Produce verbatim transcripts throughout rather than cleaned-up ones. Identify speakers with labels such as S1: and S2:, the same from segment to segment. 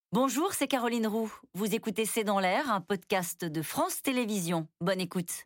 S1: Bonjour, c'est Caroline Roux. Vous écoutez C'est dans l'air, un podcast de France Télévisions. Bonne écoute.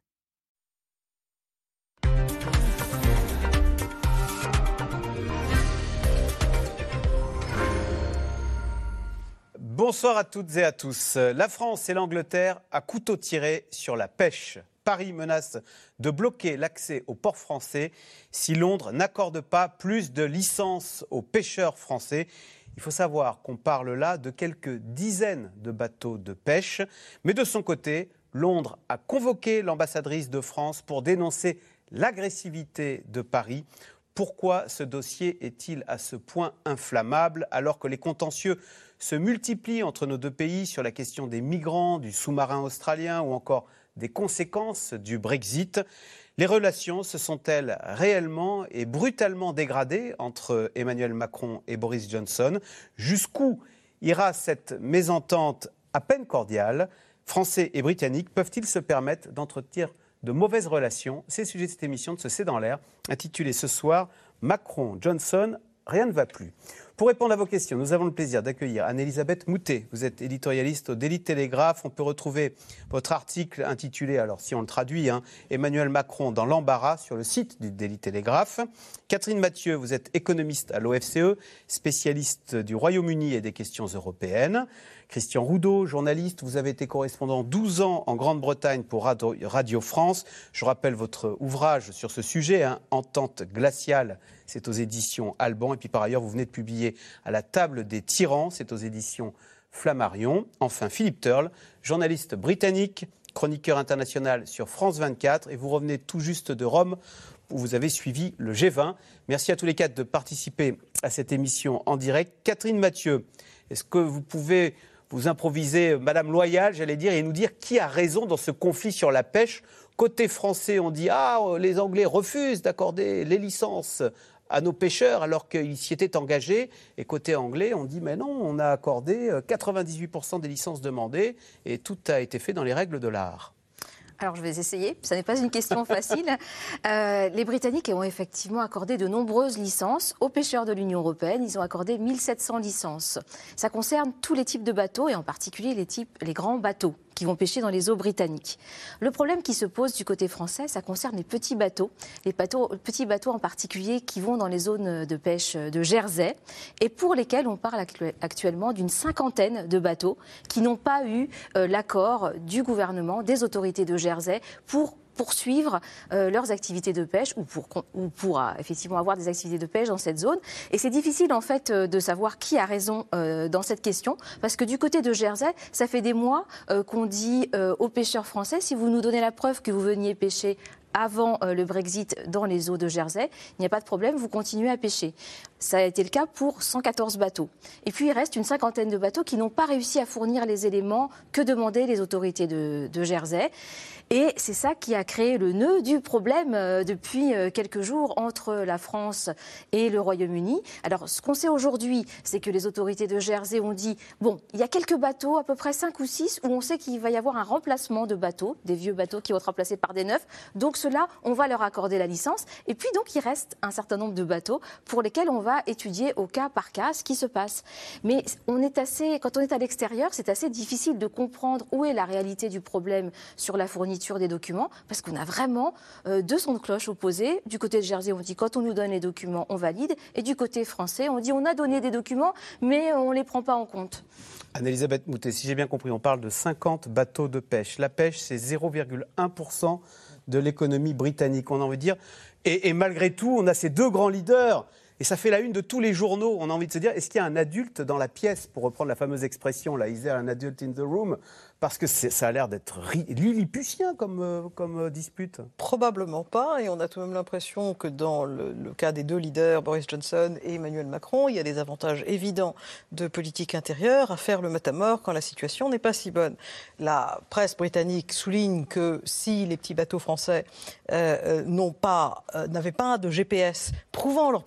S2: Bonsoir à toutes et à tous. La France et l'Angleterre à couteau tiré sur la pêche. Paris menace de bloquer l'accès aux ports français si Londres n'accorde pas plus de licences aux pêcheurs français. Il faut savoir qu'on parle là de quelques dizaines de bateaux de pêche. Mais de son côté, Londres a convoqué l'ambassadrice de France pour dénoncer l'agressivité de Paris. Pourquoi ce dossier est-il à ce point inflammable alors que les contentieux se multiplient entre nos deux pays sur la question des migrants, du sous-marin australien ou encore des conséquences du Brexit? Les relations se sont-elles réellement et brutalement dégradées entre Emmanuel Macron et Boris Johnson? Jusqu'où ira cette mésentente à peine cordiale? Français et Britanniques peuvent-ils se permettre d'entretenir de mauvaises relations? C'est le sujet de cette émission de ce C'est dans l'air, intitulée ce soir « Macron-Johnson, rien ne va plus ». Pour répondre à vos questions, nous avons le plaisir d'accueillir Anne-Elisabeth Moutet. Vous êtes éditorialiste au Daily Telegraph. On peut retrouver votre article intitulé, alors si on le traduit, hein, Emmanuel Macron dans l'embarras sur le site du Daily Telegraph. Catherine Mathieu, vous êtes économiste à l'O F C E, spécialiste du Royaume-Uni et des questions européennes. Christian Roudeau, journaliste, vous avez été correspondant douze ans en Grande-Bretagne pour Radio France. Je rappelle votre ouvrage sur ce sujet, hein, Entente glaciale, c'est aux éditions Alban. Et puis par ailleurs, vous venez de publier À la table des tyrans, c'est aux éditions Flammarion. Enfin, Philippe Turle, journaliste britannique, chroniqueur international sur France vingt-quatre. Et vous revenez tout juste de Rome, où vous avez suivi le G vingt. Merci à tous les quatre de participer à cette émission en direct. Catherine Mathieu, est-ce que vous pouvez vous improviser Madame Loyal, j'allais dire, et nous dire qui a raison dans ce conflit sur la pêche? Côté français, on dit « Ah, les Anglais refusent d'accorder les licences à nos pêcheurs alors qu'ils s'y étaient engagés ». Et côté anglais, on dit « Mais non, on a accordé quatre-vingt-dix-huit pour cent des licences demandées et tout a été fait dans les règles de l'art ».
S3: Alors, je vais essayer. Ce n'est pas une question facile. Euh, les Britanniques ont effectivement accordé de nombreuses licences aux pêcheurs de l'Union européenne. Ils ont accordé mille sept cents licences. Ça concerne tous les types de bateaux et en particulier les, types, les grands bateaux qui vont pêcher dans les eaux britanniques. Le problème qui se pose du côté français, ça concerne les petits bateaux, les bateaux, petits bateaux en particulier qui vont dans les zones de pêche de Jersey et pour lesquels on parle actuellement d'une cinquantaine de bateaux qui n'ont pas eu euh, l'accord du gouvernement, des autorités de Jersey pour poursuivre euh, leurs activités de pêche ou pour, ou pour euh, effectivement avoir des activités de pêche dans cette zone. Et c'est difficile en fait euh, de savoir qui a raison euh, dans cette question parce que du côté de Jersey, ça fait des mois euh, qu'on dit euh, aux pêcheurs français, si vous nous donnez la preuve que vous veniez pêcher avant euh, le Brexit dans les eaux de Jersey, il n'y a pas de problème, vous continuez à pêcher. Ça a été le cas pour cent quatorze bateaux. Et puis il reste une cinquantaine de bateaux qui n'ont pas réussi à fournir les éléments que demandaient les autorités de, de Jersey. Et c'est ça qui a créé le nœud du problème euh, depuis euh, quelques jours entre la France et le Royaume-Uni. Alors ce qu'on sait aujourd'hui, c'est que les autorités de Jersey ont dit, bon, il y a quelques bateaux, à peu près cinq ou six, où on sait qu'il va y avoir un remplacement de bateaux, des vieux bateaux qui vont être remplacés par des neufs. Donc ceux-là, on va leur accorder la licence. Et puis donc il reste un certain nombre de bateaux pour lesquels on va étudier au cas par cas ce qui se passe. Mais on est assez, quand on est à l'extérieur, c'est assez difficile de comprendre où est la réalité du problème sur la fourniture des documents, parce qu'on a vraiment euh, deux sons de cloche opposés. Du côté de Jersey, on dit quand on nous donne les documents, on valide. Et du côté français, on dit on a donné des documents, mais on ne les prend pas en compte.
S2: Anne-Elisabeth Moutet, si j'ai bien compris, on parle de cinquante bateaux de pêche. La pêche, c'est zéro virgule un pour cent de l'économie britannique, on a envie de dire. Et, et malgré tout, on a ces deux grands leaders. Et ça fait la une de tous les journaux. On a envie de se dire, est-ce qu'il y a un adulte dans la pièce, pour reprendre la fameuse expression, là, is there an adult in the room? Parce que ça a l'air d'être lilliputien comme, euh, comme euh, dispute.
S4: Probablement pas, et on a tout de même l'impression que dans le, le cas des deux leaders, Boris Johnson et Emmanuel Macron, il y a des avantages évidents de politique intérieure à faire le matamor quand la situation n'est pas si bonne. La presse britannique souligne que si les petits bateaux français euh, n'ont pas, euh, n'avaient pas de G P S prouvant leur présence dans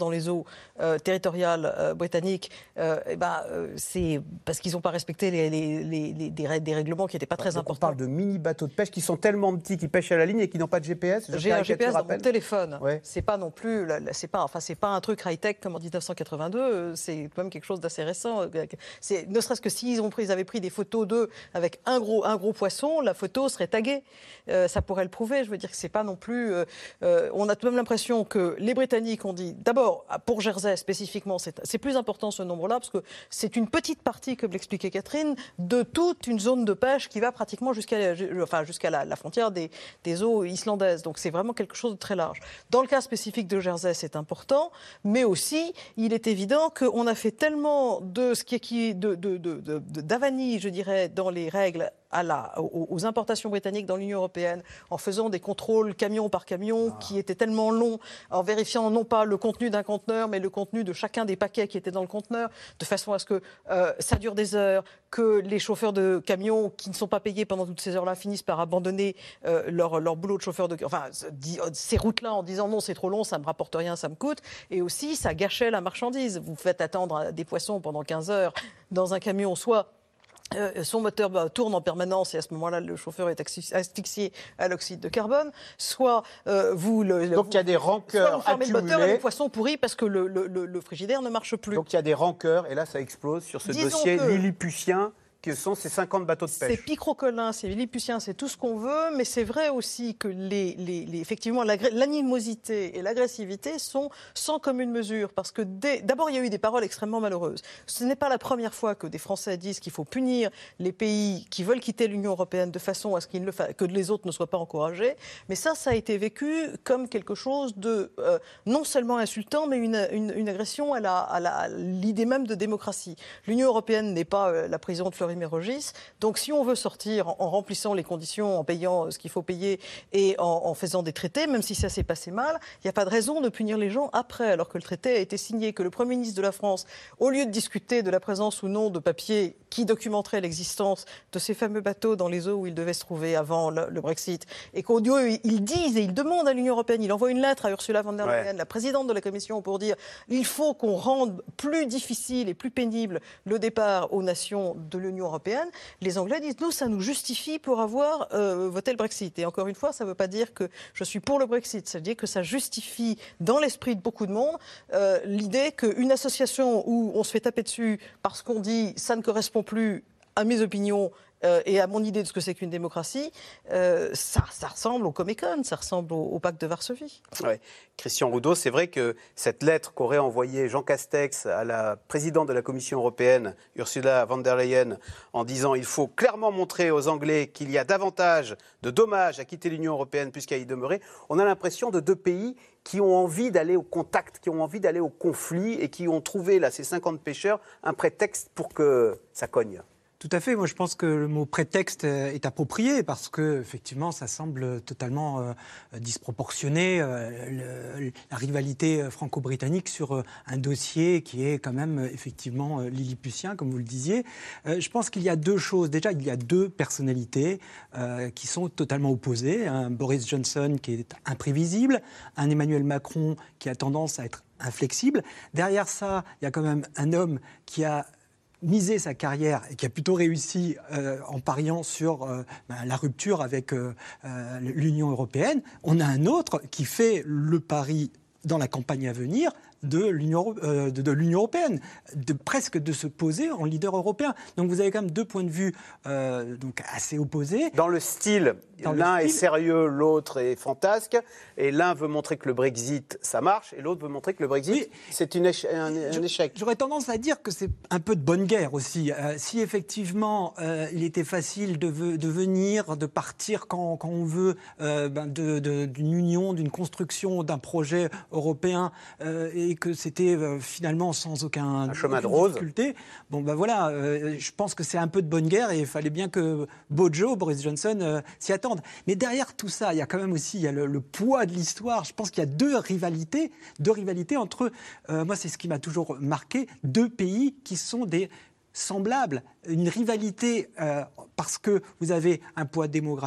S4: dans les eaux euh, territoriales euh, britanniques, euh, eh ben, euh, c'est parce qu'ils n'ont pas respecté les, les, les, les, des, des règlements qui n'étaient pas très
S2: Donc
S4: importants.
S2: on parle de mini-bateaux de pêche qui sont tellement petits qu'ils pêchent à la ligne et qui n'ont pas de G P S.
S4: J'ai un G P S dans mon téléphone.
S2: Ouais.
S4: C'est pas non plus, c'est pas, enfin c'est pas un truc high-tech comme en dix-neuf cent quatre-vingt-deux. C'est quand même quelque chose d'assez récent. C'est, ne serait-ce que s'ils ont pris, ils avaient pris des photos d'eux avec un gros, un gros poisson, la photo serait taguée. Euh, ça pourrait le prouver. Je veux dire que c'est pas non plus. Euh, euh, on a tout de même l'impression que les Britanniques ont dit, d'abord pour Jersey spécifiquement, c'est, c'est plus important ce nombre-là parce que c'est une petite partie, comme l'expliquait Catherine, de toute une zone de pêche qui va pratiquement jusqu'à, enfin, jusqu'à la, la frontière des, des eaux islandaises. Donc c'est vraiment quelque chose de très large. Dans le cas spécifique de Jersey, c'est important, mais aussi il est évident qu'on a fait tellement de ce qui est qui de, de, de, de, de d'avanie, je dirais, dans les règles à la, aux, aux importations britanniques dans l'Union européenne, en faisant des contrôles camion par camion ah. qui étaient tellement longs, en vérifiant non pas le contenu d'un conteneur, mais le contenu de chacun des paquets qui étaient dans le conteneur, de façon à ce que euh, ça dure des heures, que les chauffeurs de camions qui ne sont pas payés pendant toutes ces heures-là finissent par abandonner euh, leur, leur boulot de chauffeur de... Enfin, ces routes-là en disant non, c'est trop long, ça me rapporte rien, ça me coûte. Et aussi, ça gâchait la marchandise. Vous faites attendre des poissons pendant quinze heures dans un camion, soit... Euh, son moteur bah, tourne en permanence et à ce moment-là, le chauffeur est asphyxié à l'oxyde de carbone. Soit euh, vous... Le,
S2: Donc il y a des rancœurs
S4: soit vous fermez
S2: accumulés.
S4: le moteur et le poisson pourrit parce que le, le, le, le frigidaire ne marche plus.
S2: Donc il y a des rancœurs et là, ça explose sur ce
S4: Disons
S2: dossier
S4: que...
S2: lilliputien. Que sont ces cinquante bateaux de pêche.
S4: C'est picrocolin, c'est lilliputien, c'est tout ce qu'on veut, mais c'est vrai aussi que les, les, les, effectivement l'animosité et l'agressivité sont sans commune mesure, parce que dès, d'abord il y a eu des paroles extrêmement malheureuses. Ce n'est pas la première fois que des Français disent qu'il faut punir les pays qui veulent quitter l'Union européenne de façon à ce qu'ils ne le fa... que les autres ne soient pas encouragés, mais ça, ça a été vécu comme quelque chose de euh, non seulement insultant, mais une, une, une agression à, la, à, la, à l'idée même de démocratie. L'Union européenne n'est pas euh, la prison de Fleury Mérogis. Donc si on veut sortir en, en remplissant les conditions, en payant ce qu'il faut payer et en, en faisant des traités, même si ça s'est passé mal, il n'y a pas de raison de punir les gens après, alors que le traité a été signé, que le Premier ministre de la France, au lieu de discuter de la présence ou non de papiers qui documenteraient l'existence de ces fameux bateaux dans les eaux où ils devaient se trouver avant le, le Brexit, et qu'au lieu, ils disent et ils demandent à l'Union européenne, il envoie une lettre à Ursula von der Leyen, ouais. la présidente de la Commission, pour dire il faut qu'on rende plus difficile et plus pénible le départ aux nations de l'Union européenne, les Anglais disent nous, ça nous justifie pour avoir euh, voté le Brexit. Et encore une fois, ça ne veut pas dire que je suis pour le Brexit, ça veut dire que ça justifie dans l'esprit de beaucoup de monde euh, l'idée qu'une association où on se fait taper dessus parce qu'on dit ça ne correspond plus à mes opinions Euh, et à mon idée de ce que c'est qu'une démocratie, euh, ça, ça ressemble au Comecon, ça ressemble au, au pacte de Varsovie.
S2: Ouais. Christian Roudeau, c'est vrai que cette lettre qu'aurait envoyée Jean Castex à la présidente de la Commission européenne, Ursula von der Leyen, en disant il faut clairement montrer aux Anglais qu'il y a davantage de dommages à quitter l'Union européenne plus qu'à y demeurer, on a l'impression de deux pays qui ont envie d'aller au contact, qui ont envie d'aller au conflit et qui ont trouvé, là, ces cinquante pêcheurs, un prétexte pour que ça cogne.
S5: Tout à fait. Moi, je pense que le mot prétexte est approprié parce que, effectivement, ça semble totalement euh, disproportionné. Euh, le, la rivalité franco-britannique sur euh, un dossier qui est quand même effectivement euh, lilliputien, comme vous le disiez. Euh, je pense qu'il y a deux choses. Déjà, il y a deux personnalités euh, qui sont totalement opposées. Un Boris Johnson qui est imprévisible, un Emmanuel Macron qui a tendance à être inflexible. Derrière ça, il y a quand même un homme qui a misé sa carrière et qui a plutôt réussi euh, en pariant sur euh, ben, la rupture avec euh, euh, l'Union européenne. On a un autre qui fait le pari dans la campagne à venir de l'Union, euh, de, de l'Union européenne, de presque de se poser en leader européen. Donc vous avez quand même deux points de vue euh, donc assez opposés.
S2: Dans le style, Dans l'un le style... est sérieux, l'autre est fantasque, et l'un veut montrer que le Brexit, ça marche, et l'autre veut montrer que le Brexit, oui, c'est une éche- un, un échec.
S5: J'aurais tendance à dire que c'est un peu de bonne guerre aussi. Euh, si effectivement euh, il était facile de, ve- de venir, de partir quand, quand on veut, euh, ben de, de, d'une union, d'une construction, d'un projet européen, euh, et que c'était euh, finalement sans aucun
S2: un chemin de rose.
S5: Difficulté. Bon ben voilà, euh, je pense que c'est un peu de bonne guerre et il fallait bien que Bojo, Boris Johnson, euh, s'y attende. Mais derrière tout ça, il y a quand même aussi il y a le, le poids de l'histoire. Je pense qu'il y a deux rivalités, deux rivalités entre, euh, moi c'est ce qui m'a toujours marqué, deux pays qui sont des semblables. Une rivalité euh, parce que vous avez un poids démographique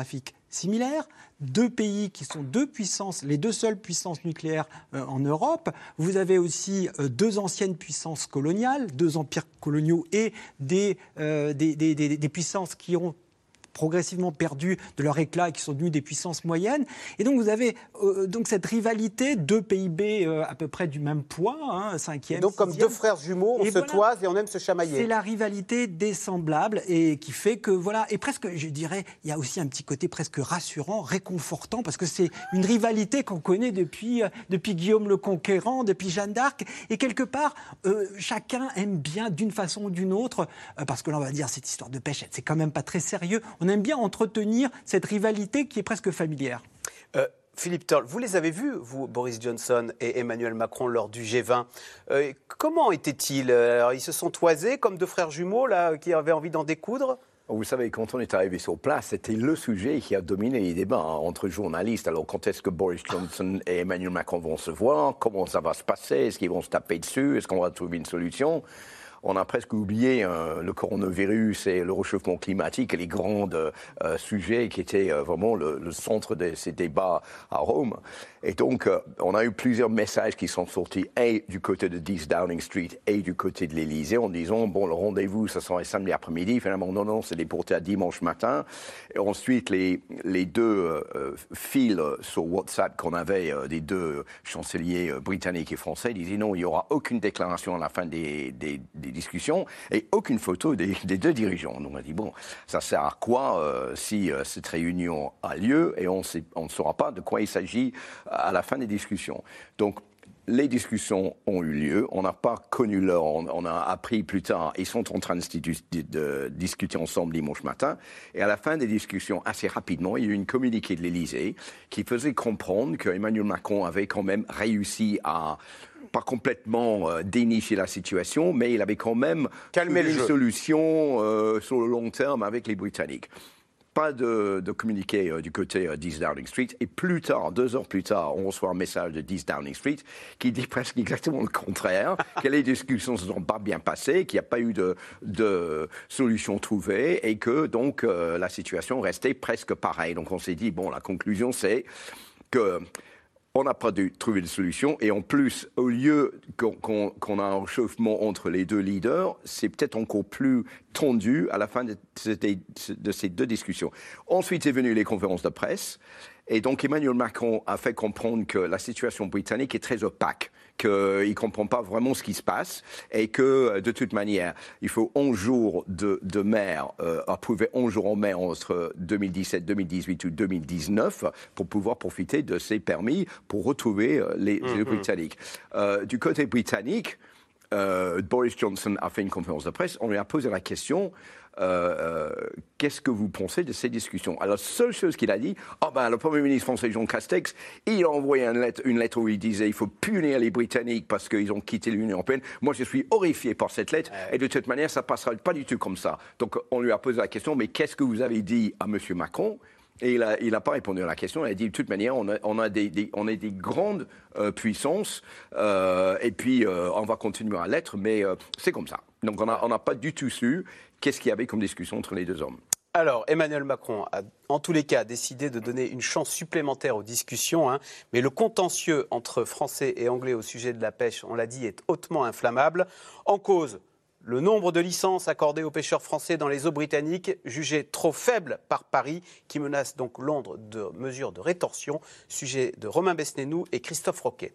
S5: similaires, deux pays qui sont deux puissances, les deux seules puissances nucléaires euh, en Europe. Vous avez aussi euh, deux anciennes puissances coloniales, deux empires coloniaux et des, euh, des, des, des, des puissances qui ont progressivement perdu de leur éclat et qui sont devenus des puissances moyennes. Et donc vous avez euh, donc cette rivalité, deux P I B euh, à peu près du même poids, hein, cinquième,
S2: et donc comme
S5: sixième.
S2: deux frères jumeaux, on
S5: et
S2: se
S5: voilà,
S2: toise et on aime se chamailler.
S5: C'est la rivalité des semblables et qui fait que voilà, et presque, je dirais, il y a aussi un petit côté presque rassurant, réconfortant, parce que c'est une rivalité qu'on connaît depuis, euh, depuis Guillaume le Conquérant, depuis Jeanne d'Arc, et quelque part, euh, chacun aime bien d'une façon ou d'une autre, euh, parce que là on va dire cette histoire de pêche, c'est quand même pas très sérieux. On aime bien entretenir cette rivalité qui est presque familière.
S2: Euh, Philippe Turle, vous les avez vus, vous, Boris Johnson et Emmanuel Macron, lors du G vingt. Euh, comment étaient-ils? Alors, ils se sont toisés comme deux frères jumeaux là, qui avaient envie d'en découdre?
S6: Vous savez, quand on est arrivé sur place, c'était le sujet qui a dominé les débats hein, entre journalistes. Alors, quand est-ce que Boris Johnson et Emmanuel Macron vont se voir? Comment ça va se passer? Est-ce qu'ils vont se taper dessus? Est-ce qu'on va trouver une solution? On a presque oublié euh, le coronavirus et le réchauffement climatique et les grands euh, sujets qui étaient euh, vraiment le, le centre de ces débats à Rome. Et donc, euh, on a eu plusieurs messages qui sont sortis, et du côté de dix Downing Street et du côté de l'Élysée, en disant, bon, le rendez-vous, ça sera samedi après-midi. Finalement, non, non, c'est déporté à dimanche matin. Et ensuite, les, les deux euh, fils sur WhatsApp qu'on avait, euh, des deux chanceliers euh, britanniques et français, disaient, non, il n'y aura aucune déclaration à la fin des, des, des discussions et aucune photo des, des deux dirigeants. Donc, on a dit, bon, ça sert à quoi euh, si euh, cette réunion a lieu et on sait, on ne saura pas de quoi il s'agit à la fin des discussions. Donc, les discussions ont eu lieu. On n'a pas connu l'heure. On, on a appris plus tard. Ils sont en train de, de, de discuter ensemble dimanche matin. Et à la fin des discussions, assez rapidement, il y a eu une communiqué de l'Élysée qui faisait comprendre qu'Emmanuel Macron avait quand même réussi à pas complètement euh, dénicher la situation, mais il avait quand même
S2: calmé
S6: une solution euh, sur le long terme avec les Britanniques. Pas de, de communiqué euh, du côté euh, dix Downing Street. Et plus tard, deux heures plus tard, on reçoit un message de dix Downing Street qui dit presque exactement le contraire, que les discussions ne se sont pas bien passées, qu'il n'y a pas eu de, de solution trouvée et que donc euh, la situation restait presque pareille. Donc on s'est dit, bon, la conclusion c'est que on n'a pas dû trouver de solution et en plus, au lieu qu'on, qu'on, qu'on a un réchauffement entre les deux leaders, c'est peut-être encore plus tendu à la fin de, de, de ces deux discussions. Ensuite est venue les conférences de presse et donc Emmanuel Macron a fait comprendre que la situation britannique est très opaque, qu'il ne comprend pas vraiment ce qui se passe et que, de toute manière, il faut onze jours de, de mer, euh, approuver onze jours en mer entre deux mille dix-sept, deux mille dix-huit ou deux mille dix-neuf pour pouvoir profiter de ces permis pour retrouver euh, les, mmh, les Britanniques. Euh, du côté britannique, euh, Boris Johnson a fait une conférence de presse, on lui a posé la question... Euh, euh, qu'est-ce que vous pensez de ces discussions? Alors, la seule chose qu'il a dit, oh ben, le Premier ministre français Jean Castex, il a envoyé une lettre, une lettre où il disait il faut punir les Britanniques parce qu'ils ont quitté l'Union européenne. Moi, je suis horrifié par cette lettre et de toute manière, ça ne passera pas du tout comme ça. Donc, on lui a posé la question, mais qu'est-ce que vous avez dit à M. Macron? Et il n'a il a pas répondu à la question. Il a dit, de toute manière, on a, on a, des, des, on a des grandes euh, puissances euh, et puis euh, on va continuer à l'être, mais euh, c'est comme ça. Donc, on n'a on a pas du tout su qu'est-ce qu'il y avait comme discussion entre les deux hommes.
S2: Alors, Emmanuel Macron a, en tous les cas, décidé de donner une chance supplémentaire aux discussions, hein, mais le contentieux entre Français et Anglais au sujet de la pêche, on l'a dit, est hautement inflammable. En cause, le nombre de licences accordées aux pêcheurs français dans les eaux britanniques, jugé trop faible par Paris, qui menace donc Londres de mesures de rétorsion. Sujet de Romain Besnénou et Christophe Roquet.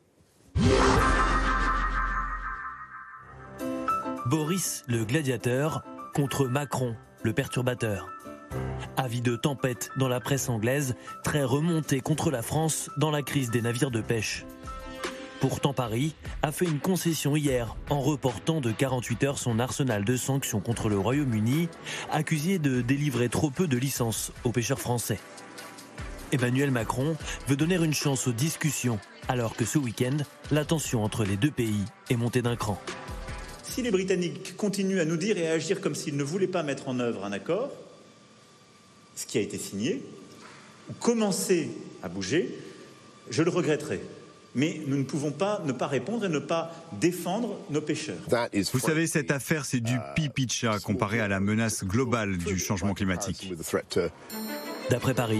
S7: Boris, le gladiateur, contre Macron, le perturbateur. Avis de tempête dans la presse anglaise, très remonté contre la France dans la crise des navires de pêche. Pourtant, Paris a fait une concession hier en reportant de quarante-huit heures son arsenal de sanctions contre le Royaume-Uni, accusé de délivrer trop peu de licences aux pêcheurs français. Emmanuel Macron veut donner une chance aux discussions, alors que ce week-end, la tension entre les deux pays est montée d'un cran.
S8: Si les Britanniques continuent à nous dire et à agir comme s'ils ne voulaient pas mettre en œuvre un accord, ce qui a été signé, ou commencer à bouger, je le regretterai. Mais nous ne pouvons pas ne pas répondre et ne pas défendre nos pêcheurs.
S9: Vous savez, cette affaire, c'est du pipi de chat comparé à la menace globale du changement climatique.
S7: D'après Paris,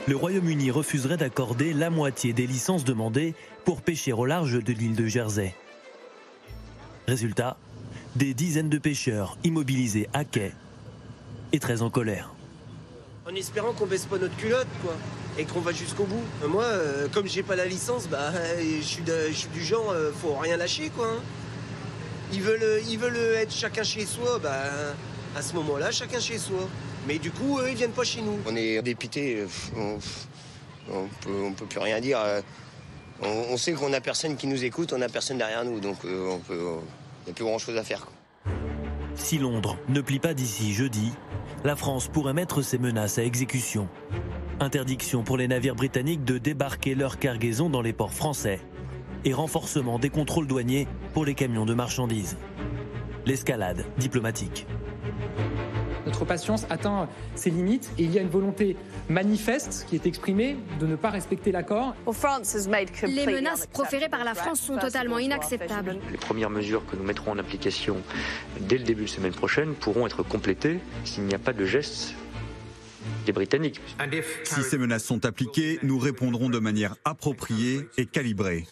S7: le Royaume-Uni refuserait d'accorder la moitié des licences demandées pour pêcher au large de l'île de Jersey. Résultat, des dizaines de pêcheurs immobilisés à quai et très en colère.
S10: En espérant qu'on baisse pas notre culotte, quoi, et qu'on va jusqu'au bout. Moi, euh, comme j'ai pas la licence, bah, je suis, de, je suis du genre, euh, faut rien lâcher, quoi. Hein. Ils veulent, ils veulent être chacun chez soi, bah, à ce moment-là, chacun chez soi. Mais du coup, eux, ils viennent pas chez nous. On est dépités, on, on peut, on peut plus rien dire. On, on sait qu'on a personne qui nous écoute, on a personne derrière nous, donc euh, on peut, il n'y a plus grand-chose à faire, quoi.
S7: Si Londres ne plie pas d'ici jeudi, la France pourrait mettre ses menaces à exécution. Interdiction pour les navires britanniques de débarquer leur cargaison dans les ports français et renforcement des contrôles douaniers pour les camions de marchandises. L'escalade diplomatique.
S11: Notre patience atteint ses limites et il y a une volonté manifeste qui est exprimée de ne pas respecter l'accord.
S12: Les menaces proférées par la France sont totalement inacceptables.
S13: Les premières mesures que nous mettrons en application dès le début de semaine prochaine pourront être complétées s'il n'y a pas de geste des Britanniques.
S9: Si ces menaces sont appliquées, nous répondrons de manière appropriée et calibrée.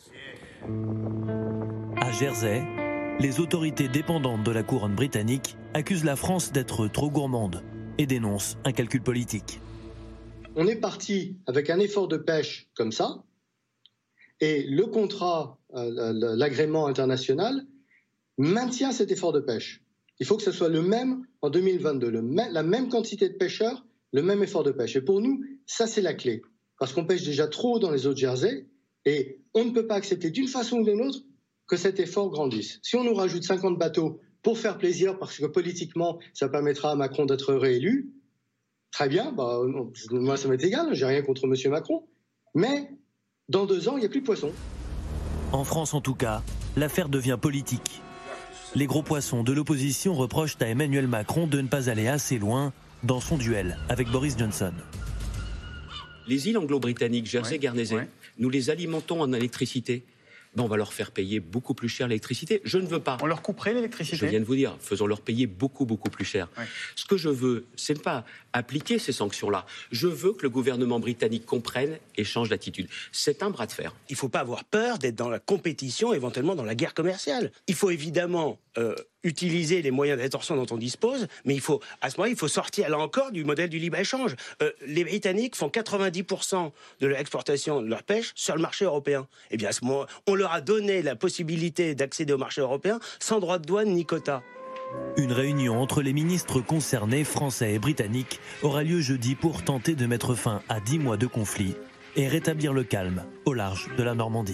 S7: À Jersey, les autorités dépendantes de la couronne britannique accusent la France d'être trop gourmande et dénoncent un calcul politique.
S14: On est parti avec un effort de pêche comme ça, et le contrat, euh, l'agrément international, maintient cet effort de pêche. Il faut que ce soit le même en deux mille vingt-deux, le même, la même quantité de pêcheurs, le même effort de pêche. Et pour nous, ça c'est la clé, parce qu'on pêche déjà trop dans les eaux de Jersey, et on ne peut pas accepter d'une façon ou d'une autre que cet effort grandisse. Si on nous rajoute cinquante bateaux pour faire plaisir, parce que politiquement, ça permettra à Macron d'être réélu, très bien, bah, moi ça m'est égal, j'ai rien contre M. Macron, mais dans deux ans, il n'y a plus de poissons.
S7: En France en tout cas, l'affaire devient politique. Les gros poissons de l'opposition reprochent à Emmanuel Macron de ne pas aller assez loin dans son duel avec Boris Johnson.
S15: Les îles anglo-britanniques, Jersey,
S16: ouais,
S15: Guernesey, ouais. nous les alimentons en électricité. Ben on va leur faire payer beaucoup plus cher l'électricité. Je ne veux pas.
S16: On leur couperait l'électricité.
S15: Je viens de vous dire, faisons-leur payer beaucoup, beaucoup plus cher. Ouais. Ce que je veux, c'est ne pas appliquer ces sanctions-là. Je veux que le gouvernement britannique comprenne et change d'attitude. C'est un bras de fer.
S10: Il ne faut pas avoir peur d'être dans la compétition, éventuellement dans la guerre commerciale. Il faut évidemment euh, utiliser les moyens d'attention dont on dispose, mais il faut, à ce moment-là, il faut sortir, là encore, du modèle du libre-échange. Euh, les Britanniques font quatre-vingt-dix pour cent de leur exportation de leur pêche sur le marché européen. Eh bien, à ce moment, on leur a donné la possibilité d'accéder au marché européen sans droit de douane ni quota.
S7: Une réunion entre les ministres concernés, français et britanniques, aura lieu jeudi pour tenter de mettre fin à dix mois de conflit et rétablir le calme au large de la Normandie.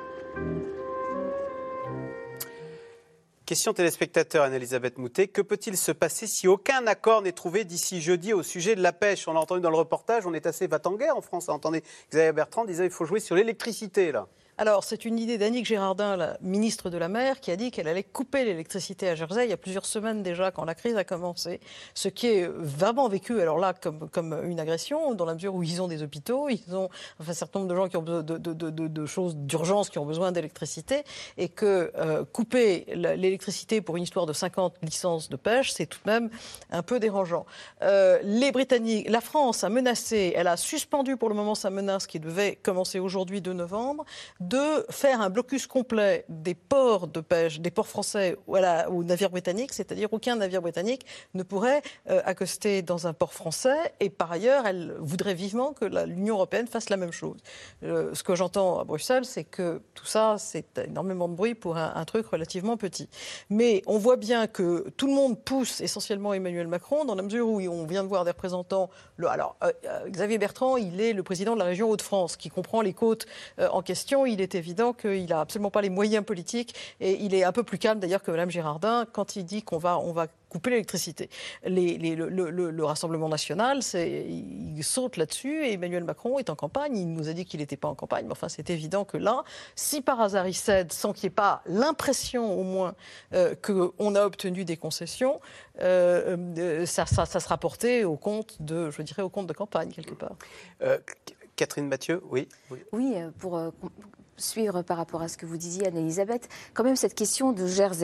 S2: Question téléspectateur, Anne-Elisabeth Moutet. Que peut-il se passer si aucun accord n'est trouvé d'ici jeudi au sujet de la pêche? On l'a entendu dans le reportage, on est assez va-t-en-guerre en France. Entendez, Xavier Bertrand disait qu'il faut jouer sur l'électricité, là.
S4: Alors, c'est une idée d'Annick Girardin, la ministre de la Mer, qui a dit qu'elle allait couper l'électricité à Jersey il y a plusieurs semaines déjà, quand la crise a commencé. Ce qui est vraiment vécu, alors là, comme, comme une agression, dans la mesure où ils ont des hôpitaux, ils ont enfin, un certain nombre de gens qui ont besoin de, de, de, de, de choses d'urgence, qui ont besoin d'électricité, et que euh, couper l'électricité pour une histoire de cinquante licences de pêche, c'est tout de même un peu dérangeant. Euh, les Britanniques, la France a menacé, elle a suspendu pour le moment sa menace qui devait commencer aujourd'hui, deux novembre, de faire un blocus complet des ports de pêche, des ports français ou aux navires britanniques, c'est-à-dire aucun navire britannique ne pourrait euh, accoster dans un port français. Et par ailleurs, elle voudrait vivement que l'Union européenne fasse la même chose. Euh, ce que j'entends à Bruxelles, c'est que tout ça, c'est énormément de bruit pour un, un truc relativement petit. Mais on voit bien que tout le monde pousse essentiellement Emmanuel Macron, dans la mesure où on vient de voir des représentants. Le, alors, euh, Xavier Bertrand, il est le président de la région Hauts-de-France, qui comprend les côtes euh, en question. Il est évident qu'il n'a absolument pas les moyens politiques et il est un peu plus calme d'ailleurs que Mme Girardin quand il dit qu'on va, on va couper l'électricité. Les, les, le, le, le Rassemblement national, il saute là-dessus et Emmanuel Macron est en campagne. Il nous a dit qu'il n'était pas en campagne, mais enfin c'est évident que là, si par hasard il cède sans qu'il n'y ait pas l'impression au moins euh, qu'on a obtenu des concessions, euh, ça, ça, ça sera porté au compte de, je dirais, au compte de campagne quelque part.
S2: Euh, Catherine Mathieu, oui.
S3: Oui, oui pour... Euh, suivre par rapport à ce que vous disiez, Anne-Elisabeth, quand même cette question de Jersey.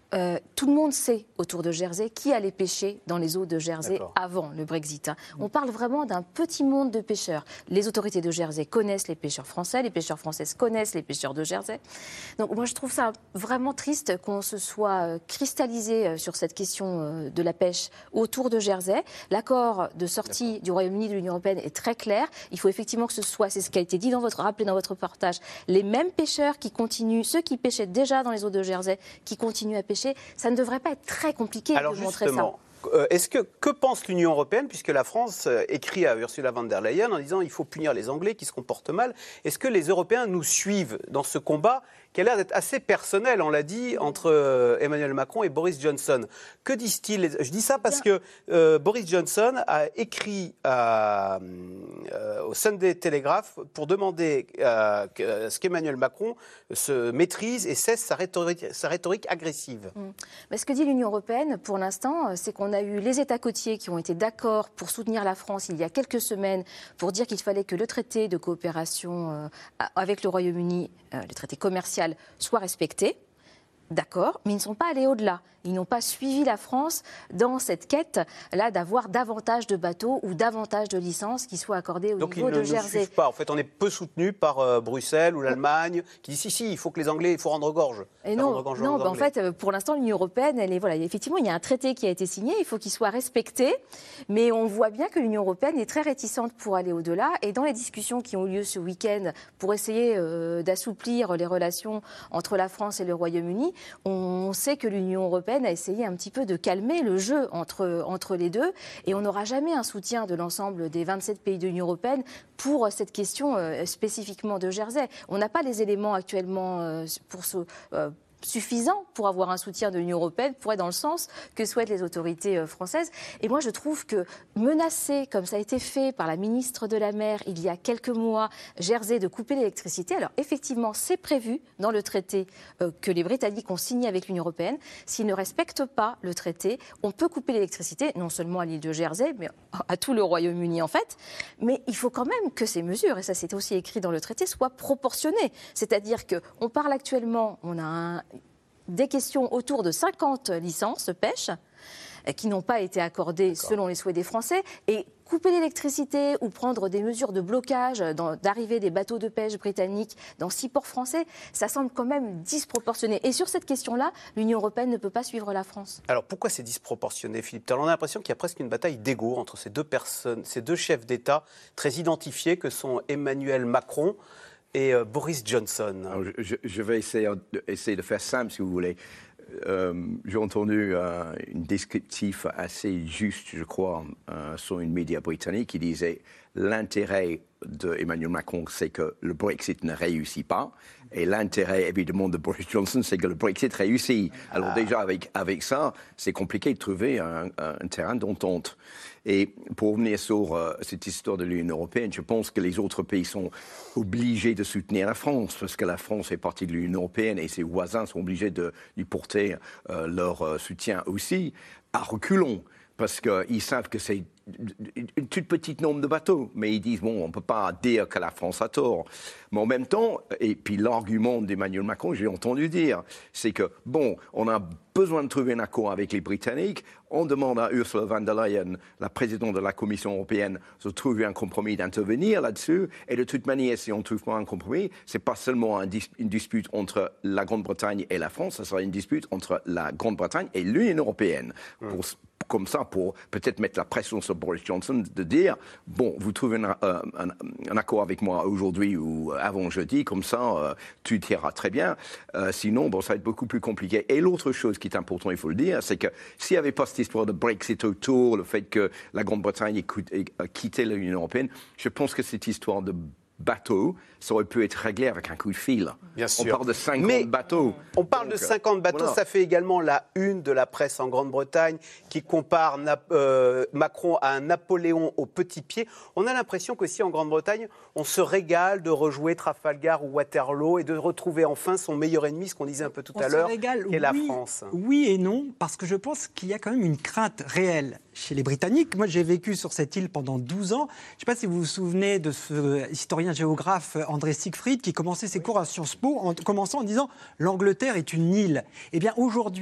S3: Euh, tout le monde sait autour de Jersey qui allait pêcher dans les eaux de Jersey
S2: D'accord.
S3: avant le Brexit. Hein. On parle vraiment d'un petit monde de pêcheurs. Les autorités de Jersey connaissent les pêcheurs français, les pêcheurs françaises connaissent les pêcheurs de Jersey. Donc moi je trouve ça vraiment triste qu'on se soit cristallisé sur cette question de la pêche autour de Jersey. L'accord de sortie D'accord. du Royaume-Uni de l'Union européenne est très clair. Il faut effectivement que ce soit, c'est ce qui a été dit dans votre, rappelé dans votre reportage, les mêmes pêcheurs qui continuent, ceux qui pêchaient déjà dans les eaux de Jersey, qui continuent à pêcher. Ça ne devrait pas être très compliqué
S2: Alors
S3: de montrer ça.
S2: justement, euh, est-ce que, que pense l'Union européenne, puisque la France euh, écrit à Ursula von der Leyen en disant il faut punir les Anglais qui se comportent mal. Est-ce que les Européens nous suivent dans ce combat qui a l'air d'être assez personnel, on l'a dit, entre euh, Emmanuel Macron et Boris Johnson? Que disent-ils? Je dis ça parce que euh, Boris Johnson a écrit à, euh, au Sunday Telegraph pour demander euh, que, ce qu'Emmanuel Macron se maîtrise et cesse sa rhétorique, sa rhétorique agressive.
S3: Mmh. Mais ce que dit l'Union européenne, pour l'instant, c'est qu'on a eu les États côtiers qui ont été d'accord pour soutenir la France il y a quelques semaines, pour dire qu'il fallait que le traité de coopération euh, avec le Royaume-Uni, euh, le traité commercial, soit respecté. D'accord, mais ils ne sont pas allés au-delà. Ils n'ont pas suivi la France dans cette quête-là d'avoir davantage de bateaux ou davantage de licences qui soient accordées au
S2: Donc
S3: niveau de Jersey.
S2: Donc ils ne nous suivent pas. En fait, on est peu soutenu par euh, Bruxelles ou l'Allemagne qui dit si, si, il faut que les Anglais, il faut rendre gorge.
S3: Et non, gorge non bah en fait, pour l'instant, l'Union européenne, elle est, voilà, effectivement, il y a un traité qui a été signé, il faut qu'il soit respecté, mais on voit bien que l'Union européenne est très réticente pour aller au-delà. Et dans les discussions qui ont eu lieu ce week-end pour essayer euh, d'assouplir les relations entre la France et le Royaume-Uni, on sait que l'Union européenne a essayé un petit peu de calmer le jeu entre, entre les deux et on n'aura jamais un soutien de l'ensemble des vingt-sept pays de l'Union européenne pour cette question euh, spécifiquement de Jersey. On n'a pas les éléments actuellement euh, pour ce... Euh, suffisant pour avoir un soutien de l'Union européenne pour être dans le sens que souhaitent les autorités françaises. Et moi, je trouve que menacer, comme ça a été fait par la ministre de la Mer il y a quelques mois, Jersey, de couper l'électricité, alors effectivement, c'est prévu dans le traité euh, que les Britanniques ont signé avec l'Union européenne. S'ils ne respectent pas le traité, on peut couper l'électricité, non seulement à l'île de Jersey, mais à tout le Royaume-Uni en fait. Mais il faut quand même que ces mesures, et ça c'est aussi écrit dans le traité, soient proportionnées. C'est-à-dire qu'on parle actuellement, on a un des questions autour de cinquante licences de pêche qui n'ont pas été accordées D'accord. selon les souhaits des Français. Et couper l'électricité ou prendre des mesures de blocage d'arrivée des bateaux de pêche britanniques dans six ports français, ça semble quand même disproportionné. Et sur cette question-là, l'Union européenne ne peut pas suivre la France. Alors
S2: pourquoi c'est disproportionné, Philippe Talon? On a l'impression qu'il y a presque une bataille d'ego entre ces deux personnes, ces deux chefs d'État très identifiés que sont Emmanuel Macron et euh, Boris Johnson.
S6: Alors, je, je vais essayer, essayer de faire simple, si vous voulez. Euh, j'ai entendu euh, un descriptif assez juste, je crois, euh, sur une média britannique qui disait l'intérêt d'Emmanuel Macron, c'est que le Brexit ne réussit pas. Et l'intérêt, évidemment, de Boris Johnson, c'est que le Brexit réussit. Alors ah. déjà, avec, avec ça, c'est compliqué de trouver un, un terrain d'entente. Et pour revenir sur euh, cette histoire de l'Union européenne, je pense que les autres pays sont obligés de soutenir la France, parce que la France fait partie de l'Union européenne et ses voisins sont obligés de lui porter euh, leur euh, soutien aussi, à reculons. Parce qu'ils savent que c'est une toute petite nombre de bateaux. Mais ils disent, bon, on ne peut pas dire que la France a tort. Mais en même temps, et puis l'argument d'Emmanuel Macron, j'ai entendu dire, c'est que, bon, on a besoin de trouver un accord avec les Britanniques. On demande à Ursula von der Leyen, la présidente de la Commission européenne, de trouver un compromis, d'intervenir là-dessus. Et de toute manière, si on ne trouve pas un compromis, ce n'est pas seulement un dis- une dispute entre la Grande-Bretagne et la France, ce sera une dispute entre la Grande-Bretagne et l'Union européenne. Mmh. Pour, comme ça, pour peut-être mettre la pression sur Boris Johnson, de dire, bon, vous trouvez un, un, un accord avec moi aujourd'hui ou avant jeudi, comme ça, euh, tu t'iras très bien. Euh, sinon, bon, ça va être beaucoup plus compliqué. Et l'autre chose qui est importante, il faut le dire, c'est que s'il n'y avait pas cette histoire de Brexit autour, le fait que la Grande-Bretagne ait quitté l'Union européenne, je pense que cette histoire de bateaux, ça aurait pu être réglé avec un coup de fil.
S2: Bien sûr.
S6: On parle de cinquante
S2: Mais
S6: bateaux.
S2: On parle Donc, de cinquante bateaux, voilà. Ça fait également la une de la presse en Grande-Bretagne qui compare Nap- euh, Macron à un Napoléon au petit pied. On a l'impression qu'aussi en Grande-Bretagne, on se régale de rejouer Trafalgar ou Waterloo et de retrouver enfin son meilleur ennemi, ce qu'on disait un peu tout
S5: on
S2: à l'heure,
S5: qui est
S2: oui,
S5: la
S2: France.
S5: Oui et non, parce que je pense qu'il y a quand même une crainte réelle chez les Britanniques. Moi, j'ai vécu sur cette île pendant douze ans. Je ne sais pas si vous vous souvenez de ce historien géographe André Siegfried qui commençait ses cours à Sciences Po en commençant en disant « l'Angleterre est une île ». Eh bien, aujourd'hui,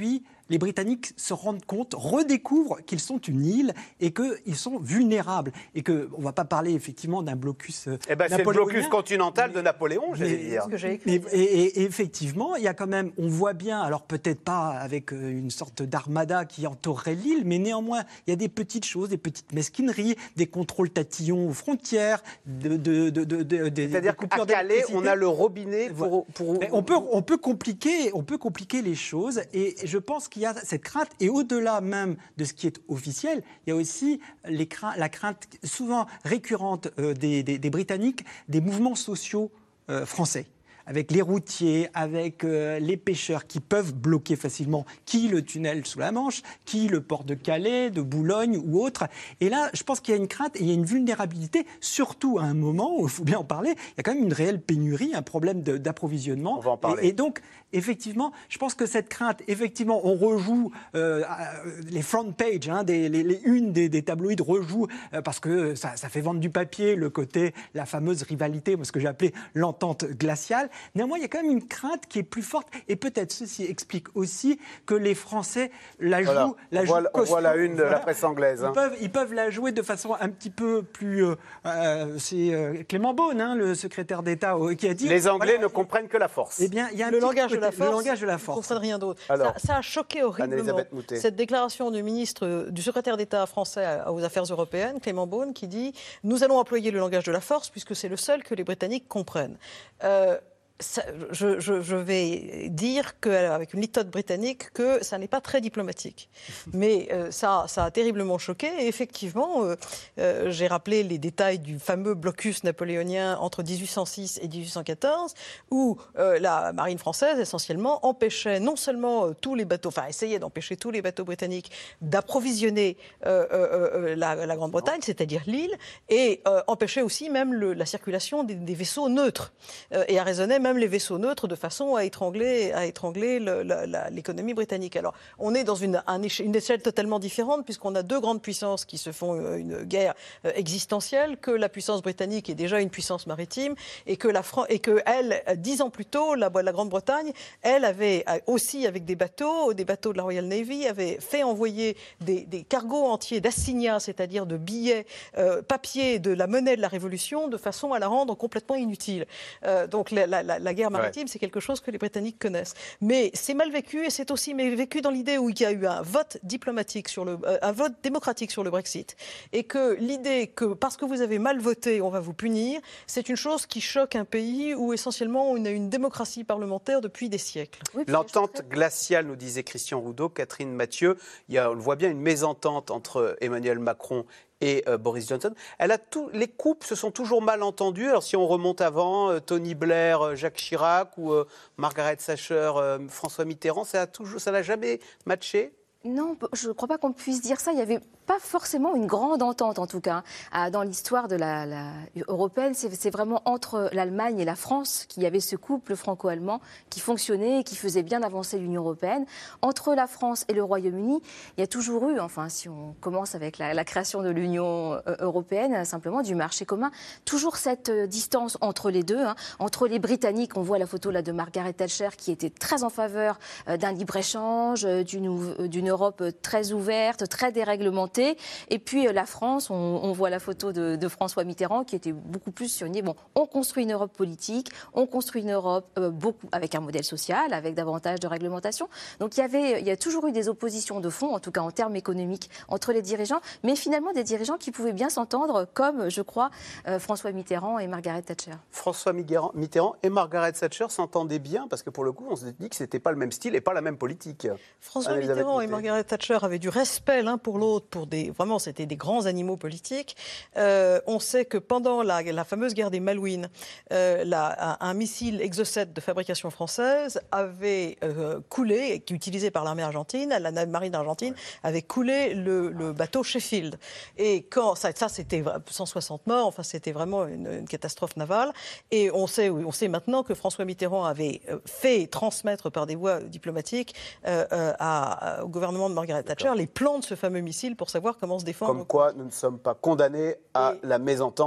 S5: les Britanniques se rendent compte, redécouvrent qu'ils sont une île et qu'ils sont vulnérables. Et qu'on ne va pas parler effectivement d'un blocus euh,
S2: eh ben, c'est le blocus continental de Napoléon, j'allais dire.
S5: Mais, et, et, et effectivement, il y a quand même, on voit bien, alors peut-être pas avec une sorte d'armada qui entourerait l'île, mais néanmoins, il y a des petites choses, des petites mesquineries, des contrôles tatillons aux frontières, de, de, de, de, de, de
S2: c'est-à-dire qu'à Calais, on a le robinet pour... pour...
S5: On, peut, on, peut compliquer, on peut compliquer les choses, et je pense qu'il y a cette crainte, et au-delà même de ce qui est officiel, il y a aussi les craintes, la crainte souvent récurrente euh, des, des, des Britanniques, des mouvements sociaux euh, français, avec les routiers, avec euh, les pêcheurs qui peuvent bloquer facilement qui le tunnel sous la Manche, qui le port de Calais, de Boulogne ou autre. Et là, je pense qu'il y a une crainte et il y a une vulnérabilité, surtout à un moment où, il faut bien en parler, il y a quand même une réelle pénurie, un problème de, d'approvisionnement.
S2: On va en parler.
S5: Et, et donc, effectivement, je pense que cette crainte, effectivement, on rejoue euh, les front pages, hein, des, les, les unes des, des tabloïds rejouent euh, parce que ça, ça fait vendre du papier, le côté, la fameuse rivalité, ce que j'ai appelé l'entente glaciale. Néanmoins, il y a quand même une crainte qui est plus forte, et peut-être ceci explique aussi que les Français la jouent,
S2: voilà.
S5: la
S2: on,
S5: jouent
S2: voit, on voit la une de voilà. la presse anglaise. Hein.
S5: Ils, peuvent, ils peuvent la jouer de façon un petit peu plus... Euh, euh, c'est euh, Clément Beaune, hein, le secrétaire d'État, euh, qui a dit...
S2: Les Anglais voilà, ne comprennent que la force.
S5: Eh bien, il y a un
S4: le, langage
S5: côté,
S4: de la force,
S5: le langage de la force.
S4: Ils ne comprennent rien d'autre. Ça, ça a choqué horriblement cette déclaration du ministre, du secrétaire d'État français aux Affaires européennes, Clément Beaune, qui dit « Nous allons employer le langage de la force puisque c'est le seul que les Britanniques comprennent. Euh, » Ça, je, je, je vais dire que, avec une litote britannique, que ça n'est pas très diplomatique. Mais euh, ça, ça a terriblement choqué. Et effectivement, euh, euh, j'ai rappelé les détails du fameux blocus napoléonien entre dix-huit cent six et dix-huit cent quatorze, où euh, la marine française, essentiellement, empêchait non seulement euh, tous les bateaux, enfin essayait d'empêcher tous les bateaux britanniques d'approvisionner euh, euh, la, la Grande-Bretagne, c'est-à-dire l'île, et euh, empêchait aussi même le, la circulation des, des vaisseaux neutres, euh, et arraisonnait même les vaisseaux neutres de façon à étrangler, à étrangler le, la, la, l'économie britannique. Alors, on est dans une, un, une échelle totalement différente puisqu'on a deux grandes puissances qui se font une guerre existentielle, que la puissance britannique est déjà une puissance maritime et que, la Fran- et que elle, dix ans plus tôt, la, la Grande-Bretagne, elle avait aussi, avec des bateaux, des bateaux de la Royal Navy, avait fait envoyer des, des cargos entiers d'assignats, c'est-à-dire de billets, euh, papier, de la monnaie de la Révolution, de façon à la rendre complètement inutile. Euh, donc, la, la, la La guerre maritime, ouais. c'est quelque chose que les Britanniques connaissent. Mais c'est mal vécu, et c'est aussi vécu dans l'idée où il y a eu un vote diplomatique, sur le, euh, un vote démocratique sur le Brexit, et que l'idée que parce que vous avez mal voté, on va vous punir, c'est une chose qui choque un pays où essentiellement on a une démocratie parlementaire depuis des siècles.
S2: Oui, l'entente glaciale, nous disait Christian Roudeau, Catherine Mathieu. Il y a, on le voit bien, une mésentente entre Emmanuel Macron et euh, Boris Johnson. Elle a tout, les couples se sont toujours mal entendus. Alors si on remonte avant, euh, Tony Blair, euh, Jacques Chirac ou euh, Margaret Thatcher, euh, François Mitterrand, ça a toujours, ça n'a jamais matché.
S3: Non, je ne crois pas qu'on puisse dire ça. Il n'y avait pas forcément une grande entente, en tout cas. Dans l'histoire de la, la européenne, c'est, c'est vraiment entre l'Allemagne et la France qu'il y avait ce couple franco-allemand qui fonctionnait et qui faisait bien avancer l'Union européenne. Entre la France et le Royaume-Uni, il y a toujours eu, enfin, si on commence avec la, la création de l'Union européenne, simplement du marché commun, toujours cette distance entre les deux. Hein. Entre les Britanniques, on voit la photo là de Margaret Thatcher qui était très en faveur d'un libre-échange, d'une, d'une Europe très ouverte, très déréglementée. Et puis la France, on, on voit la photo de, de François Mitterrand qui était beaucoup plus sur une idée, bon, on construit une Europe politique, on construit une Europe euh, beaucoup, avec un modèle social, avec davantage de réglementation. Donc il y, avait, il y a toujours eu des oppositions de fond, en tout cas en termes économiques, entre les dirigeants, mais finalement des dirigeants qui pouvaient bien s'entendre, comme, je crois, euh, François Mitterrand et Margaret Thatcher.
S2: François Mitterrand et Margaret Thatcher s'entendaient bien, parce que pour le coup, on s'est dit que ce n'était pas le même style et pas la même politique.
S4: François Mitterrand et Margaret Thatcher avaient du respect l'un pour l'autre, pour des, vraiment, c'était des grands animaux politiques. Euh, on sait que pendant la, la fameuse guerre des Malouines, euh, la, un, un missile Exocet de fabrication française avait euh, coulé, qui est utilisé par l'armée argentine, la marine argentine, avait coulé le, le bateau Sheffield. Et quand ça, ça c'était cent soixante morts, enfin c'était vraiment une, une catastrophe navale. Et on sait, on sait maintenant que François Mitterrand avait fait transmettre par des voies diplomatiques euh, euh, à, au gouvernement de Margaret Thatcher les plans de ce fameux missile pour savoir comment se défendre.
S2: Comme quoi, nous ne sommes pas condamnés à et... la mésentente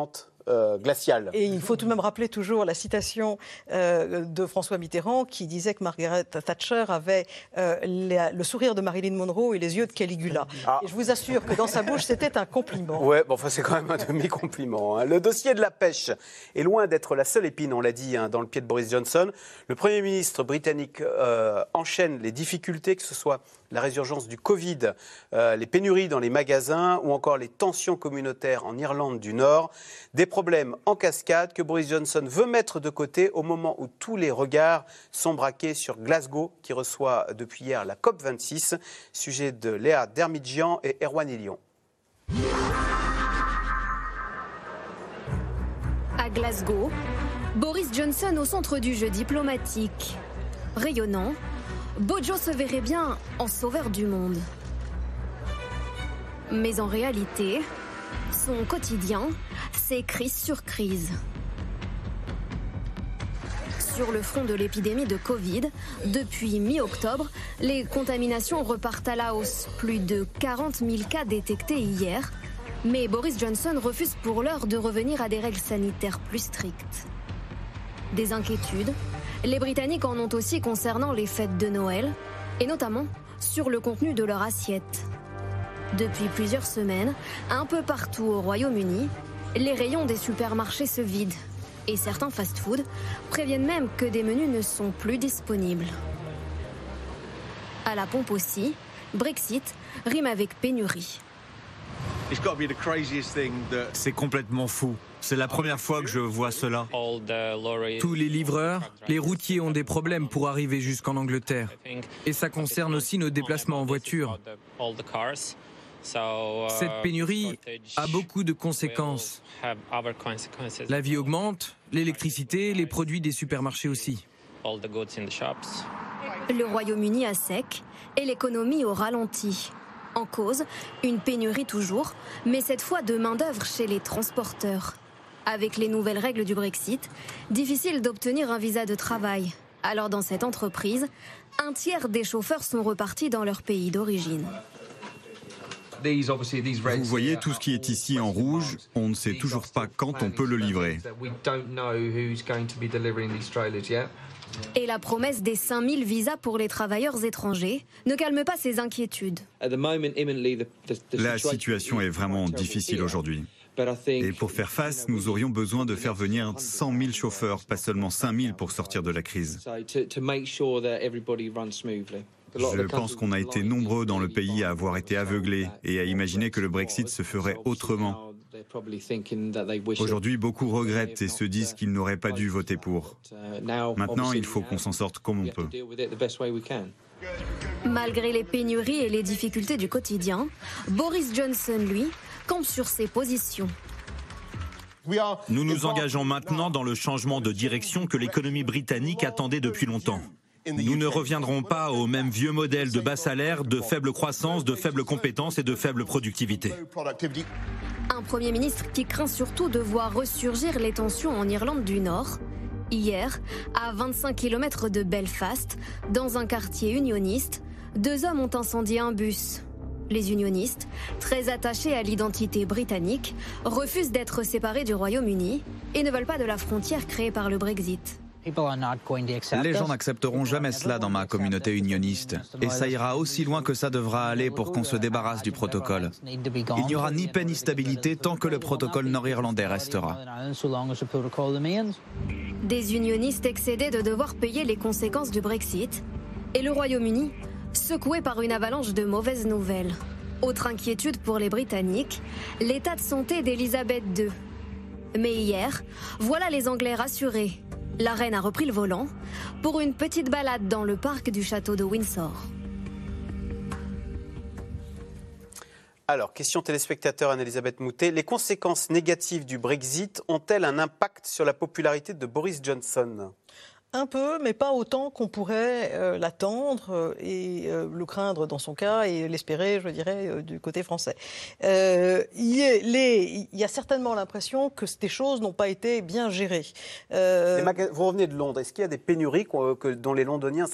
S2: euh, glaciale.
S4: Et il faut tout de même rappeler toujours la citation euh, de François Mitterrand qui disait que Margaret Thatcher avait euh, les, le sourire de Marilyn Monroe et les yeux de Caligula. Ah. Et je vous assure que dans sa bouche, c'était un compliment.
S2: Ouais, bon, enfin, c'est quand même un demi-compliment. Hein. Le dossier de la pêche est loin d'être la seule épine, on l'a dit, hein, dans le pied de Boris Johnson. Le Premier ministre britannique euh, enchaîne les difficultés, que ce soit la résurgence du Covid, euh, les pénuries dans les magasins ou encore les tensions communautaires en Irlande du Nord. Des problèmes en cascade que Boris Johnson veut mettre de côté au moment où tous les regards sont braqués sur Glasgow, qui reçoit depuis hier la COP vingt-six. Sujet de Léa Dermidjian et Erwan Elion.
S12: À Glasgow, Boris Johnson au centre du jeu diplomatique. Rayonnant, Bojo se verrait bien en sauveur du monde. Mais en réalité, son quotidien, c'est crise sur crise. Sur le front de l'épidémie de Covid, depuis mi-octobre, les contaminations repartent à la hausse. Plus de quarante mille cas détectés hier. Mais Boris Johnson refuse pour l'heure de revenir à des règles sanitaires plus strictes. Des inquiétudes, les Britanniques en ont aussi concernant les fêtes de Noël, et notamment sur le contenu de leur assiette. Depuis plusieurs semaines, un peu partout au Royaume-Uni, les rayons des supermarchés se vident. Et certains fast-food préviennent même que des menus ne sont plus disponibles. À la pompe aussi, Brexit rime avec pénurie.
S16: C'est complètement fou. C'est la première fois que je vois cela. Tous les livreurs, les routiers ont des problèmes pour arriver jusqu'en Angleterre. Et ça concerne aussi nos déplacements en voiture. Cette pénurie a beaucoup de conséquences. La vie augmente, l'électricité, les produits des supermarchés aussi.
S12: Le Royaume-Uni à sec et l'économie au ralenti. En cause, une pénurie toujours, mais cette fois de main-d'œuvre chez les transporteurs. Avec les nouvelles règles du Brexit, difficile d'obtenir un visa de travail. Alors dans cette entreprise, un tiers des chauffeurs sont repartis dans leur pays d'origine.
S9: Vous voyez tout ce qui est ici en rouge, on ne sait toujours pas quand on peut le livrer.
S12: Et la promesse des cinq mille visas pour les travailleurs étrangers ne calme pas ces inquiétudes.
S9: La situation est vraiment difficile aujourd'hui. Et pour faire face, nous aurions besoin de faire venir cent mille chauffeurs, pas seulement cinq mille pour sortir de la crise. Je pense qu'on a été nombreux dans le pays à avoir été aveuglés et à imaginer que le Brexit se ferait autrement. Aujourd'hui, beaucoup regrettent et se disent qu'ils n'auraient pas dû voter pour. Maintenant, il faut qu'on s'en sorte comme on peut.
S12: Malgré les pénuries et les difficultés du quotidien, Boris Johnson, lui, campe sur ses positions.
S17: Nous nous engageons maintenant dans le changement de direction que l'économie britannique attendait depuis longtemps. Nous ne reviendrons pas au même vieux modèle de bas salaire, de faible croissance, de faibles compétences et de faible productivité.
S12: Un Premier ministre qui craint surtout de voir ressurgir les tensions en Irlande du Nord. Hier, à vingt-cinq kilomètres de Belfast, dans un quartier unioniste, deux hommes ont incendié un bus. Les unionistes, très attachés à l'identité britannique, refusent d'être séparés du Royaume-Uni et ne veulent pas de la frontière créée par le Brexit.
S18: Les gens n'accepteront jamais cela dans ma communauté unioniste. Et ça ira aussi loin que ça devra aller pour qu'on se débarrasse du protocole. Il n'y aura ni paix ni stabilité tant que le protocole nord-irlandais restera.
S12: Des unionistes excédés de devoir payer les conséquences du Brexit. Et le Royaume-Uni, secoué par une avalanche de mauvaises nouvelles. Autre inquiétude pour les Britanniques, l'état de santé d'Elisabeth deux. Mais hier, voilà les Anglais rassurés. La reine a repris le volant pour une petite balade dans le parc du château de Windsor.
S2: Alors, question téléspectateur Anne-Elisabeth Moutet. Les conséquences négatives du Brexit ont-elles un impact sur la popularité de Boris Johnson ?
S4: Un peu, mais pas autant qu'on pourrait euh, l'attendre euh, et euh, le craindre dans son cas et l'espérer, je dirais, euh, du côté français. Euh, il, y a les, il y a certainement l'impression que ces choses n'ont pas été bien gérées.
S2: Euh... Maga- Vous revenez de Londres. Est-ce qu'il y a des pénuries que, dont les Londoniens souffrent ?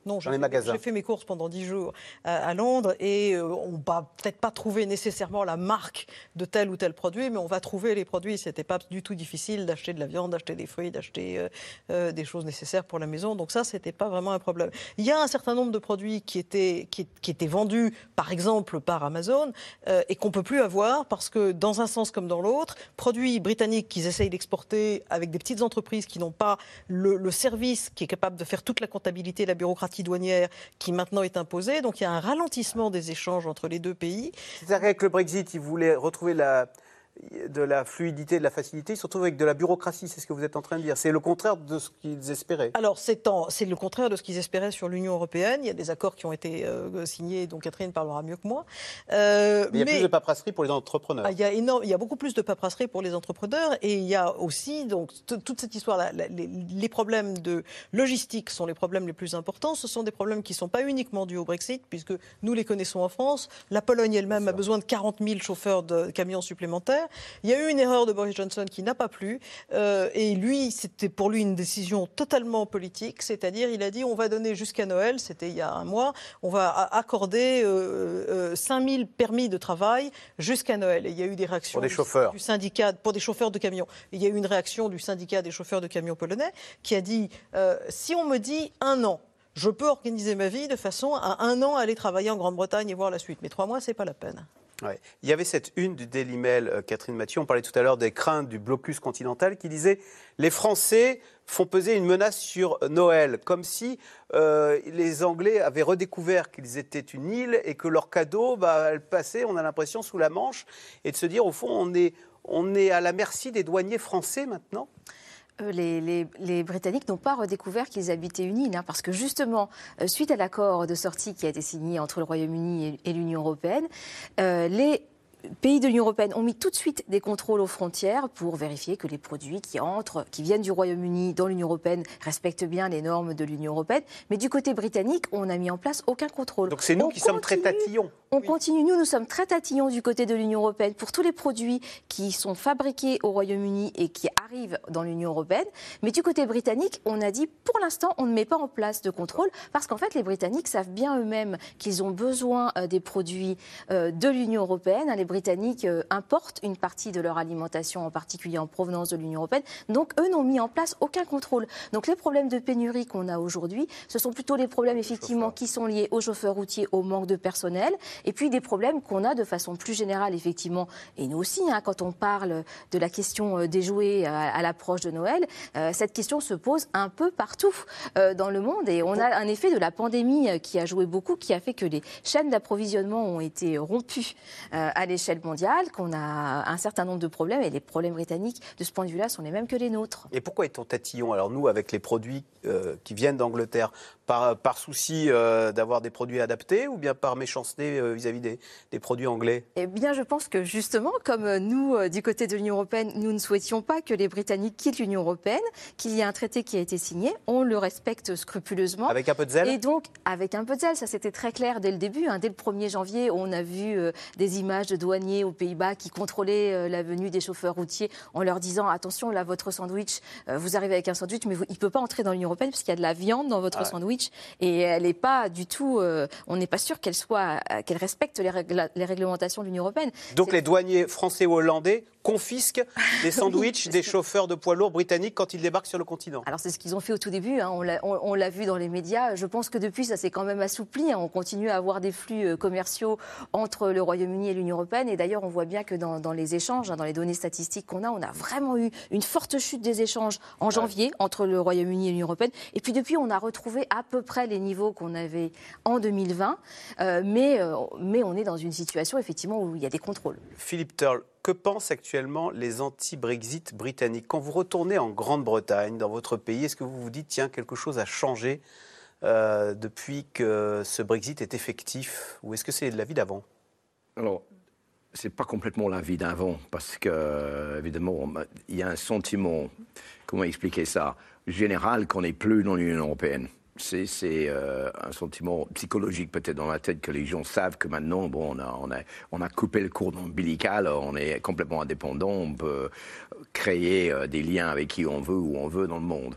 S4: Non,
S2: dans les magasins.
S4: J'ai fait mes courses pendant dix jours à, à Londres et euh, on ne va peut-être pas trouver nécessairement la marque de tel ou tel produit, mais on va trouver les produits. C'était pas du tout difficile d'acheter de la viande, d'acheter des fruits, d'acheter euh, euh, des choses nécessaires pour la maison. Donc ça, c'était pas vraiment un problème. Il y a un certain nombre de produits qui étaient, qui, qui étaient vendus, par exemple, par Amazon euh, et qu'on peut plus avoir parce que dans un sens comme dans l'autre, produits britanniques qu'ils essayent d'exporter avec des petites entreprises qui n'ont pas le, le service qui est capable de faire toute la comptabilité, la bureaucratie douanière qui maintenant est imposée. Donc il y a un ralentissement des échanges entre les deux pays.
S2: C'est-à-dire qu'avec le Brexit, ils voulaient retrouver la... de la fluidité, de la facilité, ils se retrouvent avec de la bureaucratie, c'est ce que vous êtes en train de dire. C'est le contraire de ce qu'ils espéraient.
S4: Alors, c'est, en, c'est le contraire de ce qu'ils espéraient sur l'Union européenne. Il y a des accords qui ont été euh, signés, dont Catherine parlera mieux que moi.
S2: Euh, mais il y a mais, plus de paperasserie pour les entrepreneurs.
S4: Ah, il, y a énorme, il y a beaucoup plus de paperasserie pour les entrepreneurs et il y a aussi, donc, t- toute cette histoire, là, les, les problèmes de logistique sont les problèmes les plus importants. Ce sont des problèmes qui ne sont pas uniquement dus au Brexit, puisque nous les connaissons en France. La Pologne elle-même a besoin de quarante mille chauffeurs de camions supplémentaires. Il y a eu une erreur de Boris Johnson qui n'a pas plu euh, et lui, c'était pour lui une décision totalement politique, c'est-à-dire il a dit on va donner jusqu'à Noël, c'était il y a un mois, on va accorder euh, euh, cinq mille permis de travail jusqu'à Noël. Et il y a eu des réactions
S2: pour des chauffeurs.
S4: Du, du syndicat, pour des chauffeurs de camions. Et il y a eu une réaction du syndicat des chauffeurs de camions polonais qui a dit euh, si on me dit un an, je peux organiser ma vie de façon à un an aller travailler en Grande-Bretagne et voir la suite. Mais trois mois, c'est pas la peine.
S2: Ouais. Il y avait cette une du Daily Mail, euh, Catherine Mathieu, on parlait tout à l'heure des craintes du blocus continental, qui disait « Les Français font peser une menace sur Noël », comme si euh, les Anglais avaient redécouvert qu'ils étaient une île et que leur cadeau, bah, elle passait, on a l'impression, sous la Manche, et de se dire, au fond, on est, on est à la merci des douaniers français maintenant.
S3: Les, les, les Britanniques n'ont pas redécouvert qu'ils habitaient une île, hein, parce que justement, euh, suite à l'accord de sortie qui a été signé entre le Royaume-Uni et, et l'Union européenne, euh, les pays de l'Union européenne ont mis tout de suite des contrôles aux frontières pour vérifier que les produits qui entrent, qui viennent du Royaume-Uni dans l'Union européenne, respectent bien les normes de l'Union européenne. Mais du côté britannique, on n'a mis en place aucun contrôle.
S2: Donc c'est nous
S3: on
S2: qui
S3: continue,
S2: sommes très tatillons.
S3: On
S2: oui.
S3: continue, nous, nous sommes très tatillons du côté de l'Union européenne pour tous les produits qui sont fabriqués au Royaume-Uni et qui arrivent dans l'Union européenne. Mais du côté britannique, on a dit, pour l'instant, on ne met pas en place de contrôle parce qu'en fait, les Britanniques savent bien eux-mêmes qu'ils ont besoin euh, des produits euh, de l'Union européenne. Hein, les Britanniques euh, importent une partie de leur alimentation, en particulier en provenance de l'Union européenne. Donc, eux n'ont mis en place aucun contrôle. Donc, les problèmes de pénurie qu'on a aujourd'hui, ce sont plutôt les problèmes, effectivement, qui sont liés aux chauffeurs routiers, au manque de personnel, et puis des problèmes qu'on a de façon plus générale, effectivement, et nous aussi, hein, quand on parle de la question des jouets à, à l'approche de Noël, euh, cette question se pose un peu partout euh, dans le monde, et on a un effet de la pandémie qui a joué beaucoup, qui a fait que les chaînes d'approvisionnement ont été rompues euh, à l'échelle mondiale, qu'on a un certain nombre de problèmes, et les problèmes britanniques, de ce point de vue-là, sont les mêmes que les nôtres.
S2: Et pourquoi est-on tatillon, alors nous, avec les produits euh, qui viennent d'Angleterre, par, par souci euh, d'avoir des produits adaptés, ou bien par méchanceté euh, vis-à-vis des, des produits anglais?
S3: Eh bien, je pense que justement, comme nous, euh, du côté de l'Union européenne, nous ne souhaitions pas que les Britanniques quittent l'Union européenne, qu'il y ait un traité qui a été signé, on le respecte scrupuleusement.
S2: Avec un peu de zèle?
S3: Et donc, avec un peu de zèle, ça c'était très clair dès le début. Hein. Dès le premier janvier, on a vu euh, des images de douaniers aux Pays-Bas qui contrôlaient euh, la venue des chauffeurs routiers en leur disant « Attention, là, votre sandwich, euh, vous arrivez avec un sandwich, mais vous, il ne peut pas entrer dans l'Union européenne parce qu'il y a de la viande dans votre ah. sandwich. » Et elle n'est pas du tout... Euh, on n'est pas sûr qu'elle soit, euh, qu'elle respecte les, règles, les réglementations de l'Union européenne.
S2: Donc
S3: C'est...
S2: les douaniers français ou hollandais confisquent des sandwichs des chauffeurs de poids lourds britanniques quand ils débarquent sur le continent.
S3: Alors c'est ce qu'ils ont fait au tout début, hein. on, l'a, on, on l'a vu dans les médias. Je pense que depuis ça s'est quand même assoupli, hein. On continue à avoir des flux commerciaux entre le Royaume-Uni et l'Union européenne, et d'ailleurs on voit bien que dans, dans les échanges, hein, dans les données statistiques qu'on a, on a vraiment eu une forte chute des échanges en janvier entre le Royaume-Uni et l'Union européenne, et puis depuis on a retrouvé à peu près les niveaux qu'on avait en deux mille vingt, euh, mais, euh, mais on est dans une situation effectivement où il y a des contrôles.
S2: Philippe Turle, que pensent actuellement les anti-Brexit britanniques? Quand vous retournez en Grande-Bretagne, dans votre pays, est-ce que vous vous dites, tiens, quelque chose a changé euh, depuis que ce Brexit est effectif? Ou est-ce que c'est la vie d'avant?
S6: Alors, c'est pas complètement la vie d'avant, parce que, évidemment, il y a un sentiment, comment expliquer ça, général qu'on n'est plus dans l'Union européenne. C'est, c'est euh, un sentiment psychologique peut-être dans la tête que les gens savent que maintenant, bon, on a, on a, on a coupé le cordon ombilical, on est complètement indépendant, on peut créer euh, des liens avec qui on veut, où on veut dans le monde.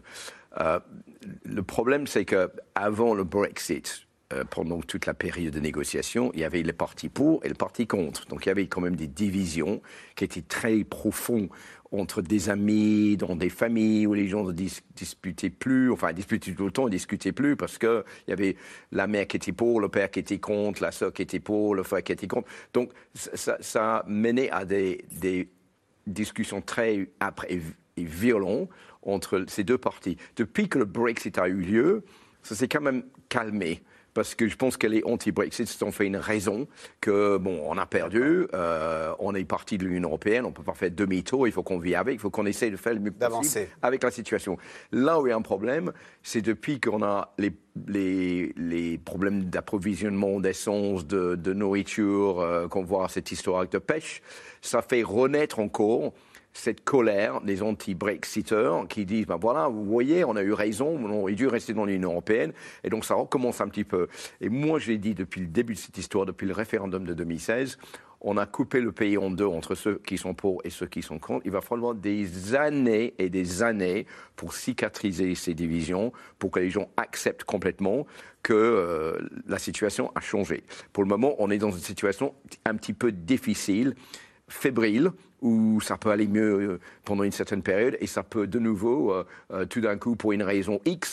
S6: Euh, le problème, c'est qu'avant le Brexit, euh, pendant toute la période de négociation, il y avait les partis pour et les partis contre. Donc il y avait quand même des divisions qui étaient très profondes entre des amis, dans des familles où les gens ne dis- disputaient plus, enfin disputaient tout le temps, ne discutaient plus parce qu'il y avait la mère qui était pour, le père qui était contre, la sœur qui était pour, le frère qui était contre. Donc ça, ça menait à des, des discussions très âpres et, et violentes entre ces deux partis. Depuis que le Brexit a eu lieu, ça s'est quand même calmé. Parce que je pense que les anti-Brexit se sont fait une raison que, bon, on a perdu, euh, on est parti de l'Union européenne, on ne peut pas faire demi-tour, il faut qu'on vive avec, il faut qu'on essaye de faire le mieux possible avec la situation. Là où il y a un problème, c'est depuis qu'on a les, les, les problèmes d'approvisionnement d'essence, de, de nourriture, euh, qu'on voit cette histoire de pêche, ça fait renaître encore cette colère des anti-Brexiteurs qui disent ben voilà, vous voyez, on a eu raison, on aurait dû rester dans l'Union européenne, et donc ça recommence un petit peu. Et moi, je l'ai dit depuis le début de cette histoire, depuis le référendum de deux mille seize, on a coupé le pays en deux entre ceux qui sont pour et ceux qui sont contre. Il va falloir des années et des années pour cicatriser ces divisions, pour que les gens acceptent complètement que euh, la situation a changé. Pour le moment, on est dans une situation un petit peu difficile, fébrile, où ça peut aller mieux pendant une certaine période et ça peut de nouveau, euh, euh, tout d'un coup, pour une raison X,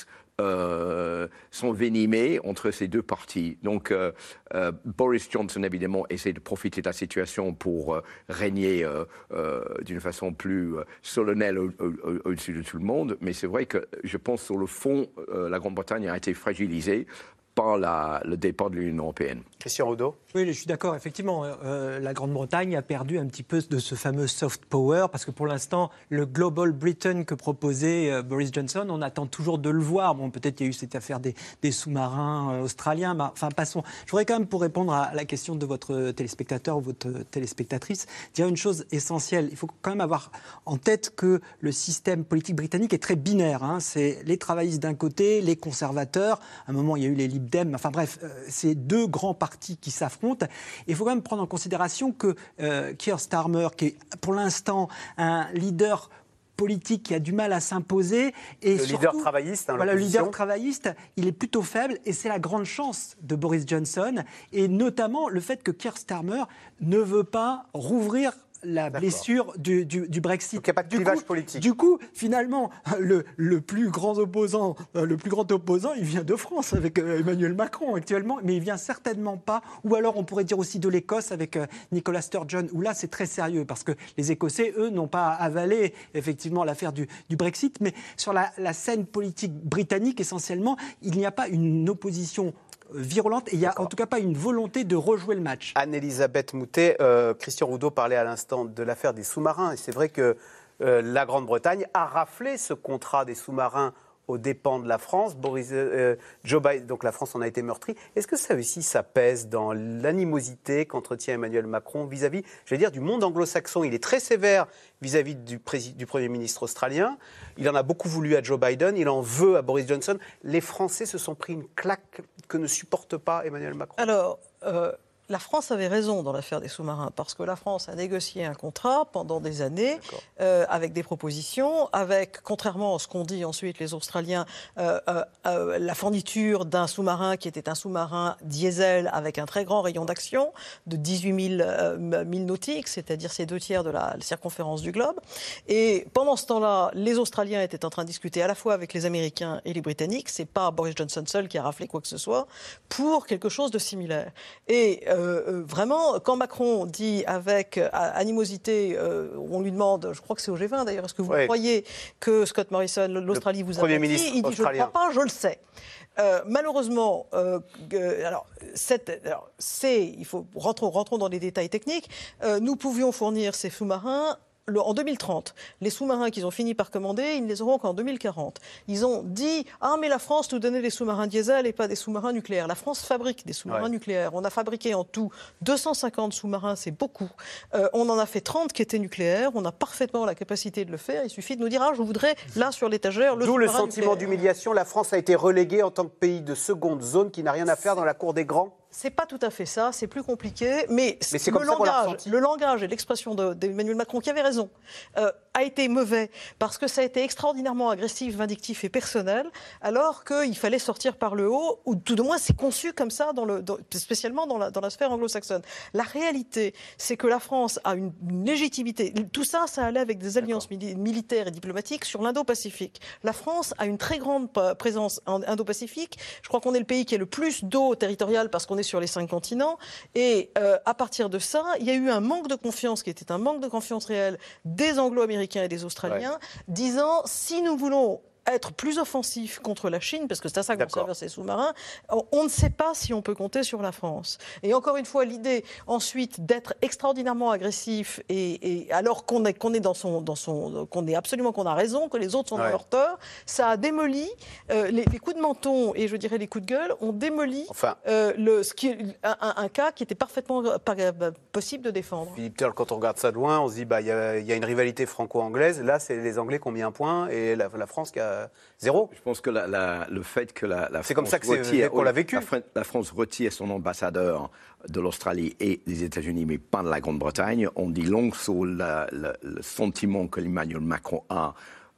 S6: euh, s'envenimer entre ces deux partis. Donc euh, euh, Boris Johnson, évidemment, essaie de profiter de la situation pour euh, régner euh, euh, d'une façon plus euh, solennelle au, au, au-dessus de tout le monde. Mais c'est vrai que je pense sur le fond, euh, la Grande-Bretagne a été fragilisée par la, le départ de l'Union européenne.
S2: Christian Audeau ?
S5: Oui, je suis d'accord. Effectivement, euh, la Grande-Bretagne a perdu un petit peu de ce fameux soft power parce que pour l'instant, le Global Britain que proposait euh, Boris Johnson, on attend toujours de le voir. Bon, peut-être qu'il y a eu cette affaire des, des sous-marins euh, australiens. Mais, enfin, passons. Je voudrais quand même, pour répondre à la question de votre téléspectateur ou votre téléspectatrice, dire une chose essentielle. Il faut quand même avoir en tête que le système politique britannique est très binaire. Hein. C'est les travaillistes d'un côté, les conservateurs. À un moment, il y a eu les Lib Dem. Enfin bref, euh, c'est deux grands partis qui s'affrontent. Il faut quand même prendre en considération que euh, Keir Starmer, qui est pour l'instant un leader politique qui a du mal à s'imposer. Et
S2: le
S5: surtout,
S2: leader travailliste, hein,
S5: voilà, le leader travailliste, il est plutôt faible et c'est la grande chance de Boris Johnson. Et notamment le fait que Keir Starmer ne veut pas rouvrir la D'accord. blessure du, du, du Brexit.
S2: Donc il n'y a pas de
S5: du
S2: clivage
S5: coup,
S2: politique.
S5: Du coup, finalement, le, le plus grand opposant, le plus grand opposant, il vient de France avec Emmanuel Macron actuellement, mais il vient certainement pas. Ou alors, on pourrait dire aussi de l'Écosse avec Nicola Sturgeon, où là, c'est très sérieux parce que les Écossais, eux, n'ont pas avalé effectivement l'affaire du, du Brexit, mais sur la, la scène politique britannique, essentiellement, il n'y a pas une opposition virulente et il n'y a D'accord. en tout cas pas une volonté de rejouer le match.
S2: Anne-Elisabeth Moutet, euh, Christian Audeau parlait à l'instant de l'affaire des sous-marins et c'est vrai que euh, la Grande-Bretagne a raflé ce contrat des sous-marins aux dépens de la France. Boris, euh, Joe Biden, donc la France en a été meurtrie. Est-ce que ça aussi, ça pèse dans l'animosité qu'entretient Emmanuel Macron vis-à-vis, je vais dire, du monde anglo-saxon? Il est très sévère vis-à-vis du, pré- du Premier ministre australien. Il en a beaucoup voulu à Joe Biden. Il en veut à Boris Johnson. Les Français se sont pris une claque que ne supporte pas Emmanuel Macron.
S4: Alors, euh, la France avait raison dans l'affaire des sous-marins, parce que la France a négocié un contrat pendant des années, euh, avec des propositions, avec, contrairement à ce qu'ont dit ensuite les Australiens, euh, euh, euh, la fourniture d'un sous-marin qui était un sous-marin diesel avec un très grand rayon d'action de dix-huit mille euh, milles nautiques, c'est-à-dire ces deux tiers de la circonférence du globe. Et pendant ce temps-là, les Australiens étaient en train de discuter à la fois avec les Américains et les Britanniques, c'est pas Boris Johnson seul qui a raflé quoi que ce soit, pour quelque chose de similaire. Et euh, Euh, vraiment, quand Macron dit avec euh, animosité, euh, on lui demande, je crois que c'est au G vingt d'ailleurs, est-ce que vous
S2: oui.
S4: croyez que Scott Morrison, l'Australie, vous a menti ? Il dit, je ne crois pas, je le sais. Euh, malheureusement, euh, euh, alors, cette, alors, c'est, il faut rentrons, rentrons dans les détails techniques. Euh, nous pouvions fournir ces sous-marins. Le, en deux mille trente, les sous-marins qu'ils ont fini par commander, ils ne les auront qu'en deux mille quarante. Ils ont dit « Ah, mais la France nous donnait des sous-marins diesel et pas des sous-marins nucléaires. » La France fabrique des sous-marins ouais. nucléaires. On a fabriqué en tout deux cent cinquante sous-marins, c'est beaucoup. Euh, on en a fait trente qui étaient nucléaires. On a parfaitement la capacité de le faire. Il suffit de nous dire « Ah, je voudrais, là, sur l'étagère, le
S2: D'où
S4: sous-marin
S2: le sentiment
S4: nucléaire. »
S2: d'humiliation. La France a été reléguée en tant que pays de seconde zone qui n'a rien à faire dans la cour des grands.
S4: c'est pas tout à fait ça, c'est plus compliqué, mais,
S2: mais c'est
S4: le,
S2: comme ça
S4: langage, le langage et l'expression d'Emmanuel Macron, qui avait raison, euh, a été mauvais, parce que ça a été extraordinairement agressif, vindictif et personnel, alors qu'il fallait sortir par le haut, ou tout de moins c'est conçu comme ça, dans le, dans, spécialement dans la, dans la sphère anglo-saxonne. La réalité, c'est que la France a une, une légitimité. Tout ça, ça allait avec des alliances mili militaires et diplomatiques sur l'Indo-Pacifique. La France a une très grande présence en Indo-Pacifique. Je crois qu'on est le pays qui a le plus d'eau territoriale parce qu'on est sur les cinq continents. Et euh, à partir de ça, il y a eu un manque de confiance qui était un manque de confiance réel des Anglo-Américains et des Australiens, ouais. disant si nous voulons être plus offensif contre la Chine, parce que c'est à ça qu'on servait ces sous-marins, on ne sait pas si on peut compter sur la France. Et encore une fois, l'idée ensuite d'être extraordinairement agressif, et, et alors qu'on est, qu'on est dans son, dans son, qu'on est absolument qu'on a raison, que les autres sont ouais. dans leur tort, ça a démoli euh, les, les coups de menton et je dirais les coups de gueule ont démoli enfin, euh, le, ce qui, un, un cas qui était parfaitement pas, possible de défendre.
S2: Philippe Turle, quand on regarde ça de loin, on se dit bah il y, y a une rivalité franco-anglaise. Là, c'est les Anglais qui ont mis un point et la, la France qui a zéro.
S6: Je pense que la, la, le fait que la, la
S2: c'est comme ça que c'est qu'on l'a vécu.
S6: La, la France retire son ambassadeur de l'Australie et des États-Unis, mais pas de la Grande-Bretagne, on dit long sur la, la, le sentiment que Emmanuel Macron a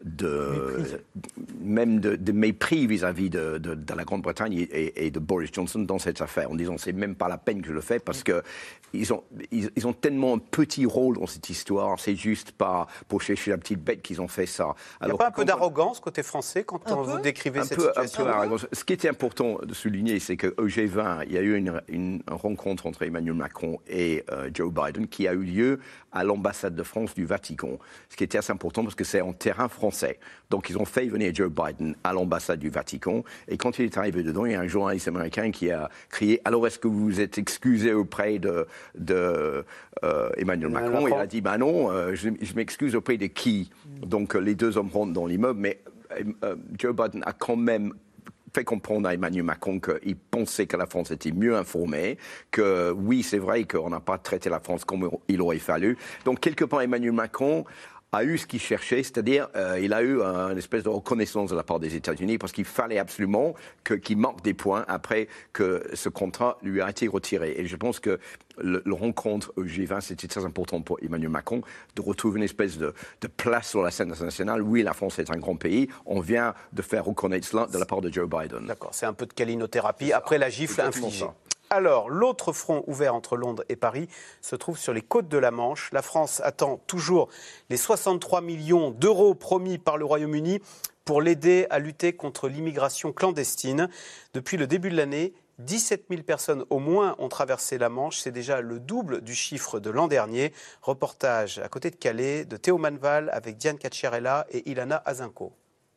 S6: de mépris. même de, de mépris vis-à-vis de, de, de la Grande-Bretagne et, et de Boris Johnson dans cette affaire, en disant c'est même pas la peine que je le fais parce que ils ont, ils, ils ont tellement un petit rôle dans cette histoire, c'est juste pas pour chercher la petite bête qu'ils ont fait ça.
S2: Il n'y a pas un peu d'arrogance côté français quand on vous décrivez cette
S6: peu,
S2: situation?
S6: Un peu Ce qui était important de souligner, c'est qu'au G vingt, il y a eu une, une rencontre entre Emmanuel Macron et euh, Joe Biden qui a eu lieu à l'ambassade de France du Vatican. Ce qui était assez important parce que c'est en terrain français. Donc ils ont fait venir Joe Biden à l'ambassade du Vatican. Et quand il est arrivé dedans, il y a un journaliste américain qui a crié « Alors est-ce que vous vous êtes excusé auprès de, de euh, Emmanuel Macron ?» Et il a dit bah « Non, euh, je, je m'excuse auprès de qui ?» Donc euh, les deux hommes rentrent dans l'immeuble, mais euh, Joe Biden a quand même fait comprendre à Emmanuel Macron qu'il pensait que la France était mieux informée, que oui, c'est vrai qu'on n'a pas traité la France comme il aurait fallu. Donc, quelque part, Emmanuel Macron a eu ce qu'il cherchait, c'est-à-dire euh, il a eu une espèce de reconnaissance de la part des États-Unis parce qu'il fallait absolument que, qu'il marque des points après que ce contrat lui a été retiré. Et je pense que le, le rencontre au G vingt, c'était très important pour Emmanuel Macron de retrouver une espèce de, de place sur la scène internationale. Oui, la France est un grand pays, on vient de faire reconnaître cela de la part de Joe Biden.
S2: D'accord, c'est un peu de calinothérapie après la gifle infligée. Alors, l'autre front ouvert entre Londres et Paris se trouve sur les côtes de la Manche. La France attend toujours les soixante-trois millions d'euros promis par le Royaume-Uni pour l'aider à lutter contre l'immigration clandestine. Depuis le début de l'année, dix-sept mille personnes au moins ont traversé la Manche. C'est déjà le double du chiffre de l'an dernier. Reportage à côté de Calais de Théo Manval avec Diane Cacciarella et Ilana Azinko.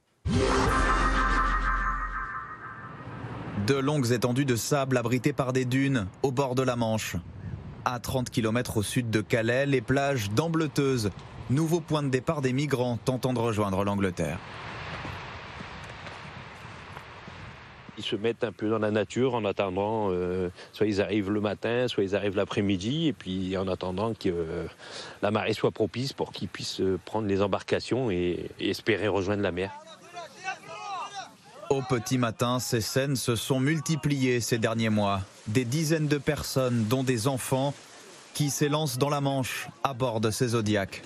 S18: De longues étendues de sable abritées par des dunes au bord de la Manche. À trente kilomètres au sud de Calais, les plages d'Ambleteuse, nouveau point de départ des migrants tentant de rejoindre l'Angleterre.
S19: Ils se mettent un peu dans la nature en attendant, euh, soit ils arrivent le matin, soit ils arrivent l'après-midi, et puis en attendant que euh, la marée soit propice pour qu'ils puissent prendre les embarcations et, et espérer rejoindre la mer.
S18: Au petit matin, ces scènes se sont multipliées ces derniers mois. Des dizaines de personnes, dont des enfants, qui s'élancent dans la Manche à bord de ces Zodiacs.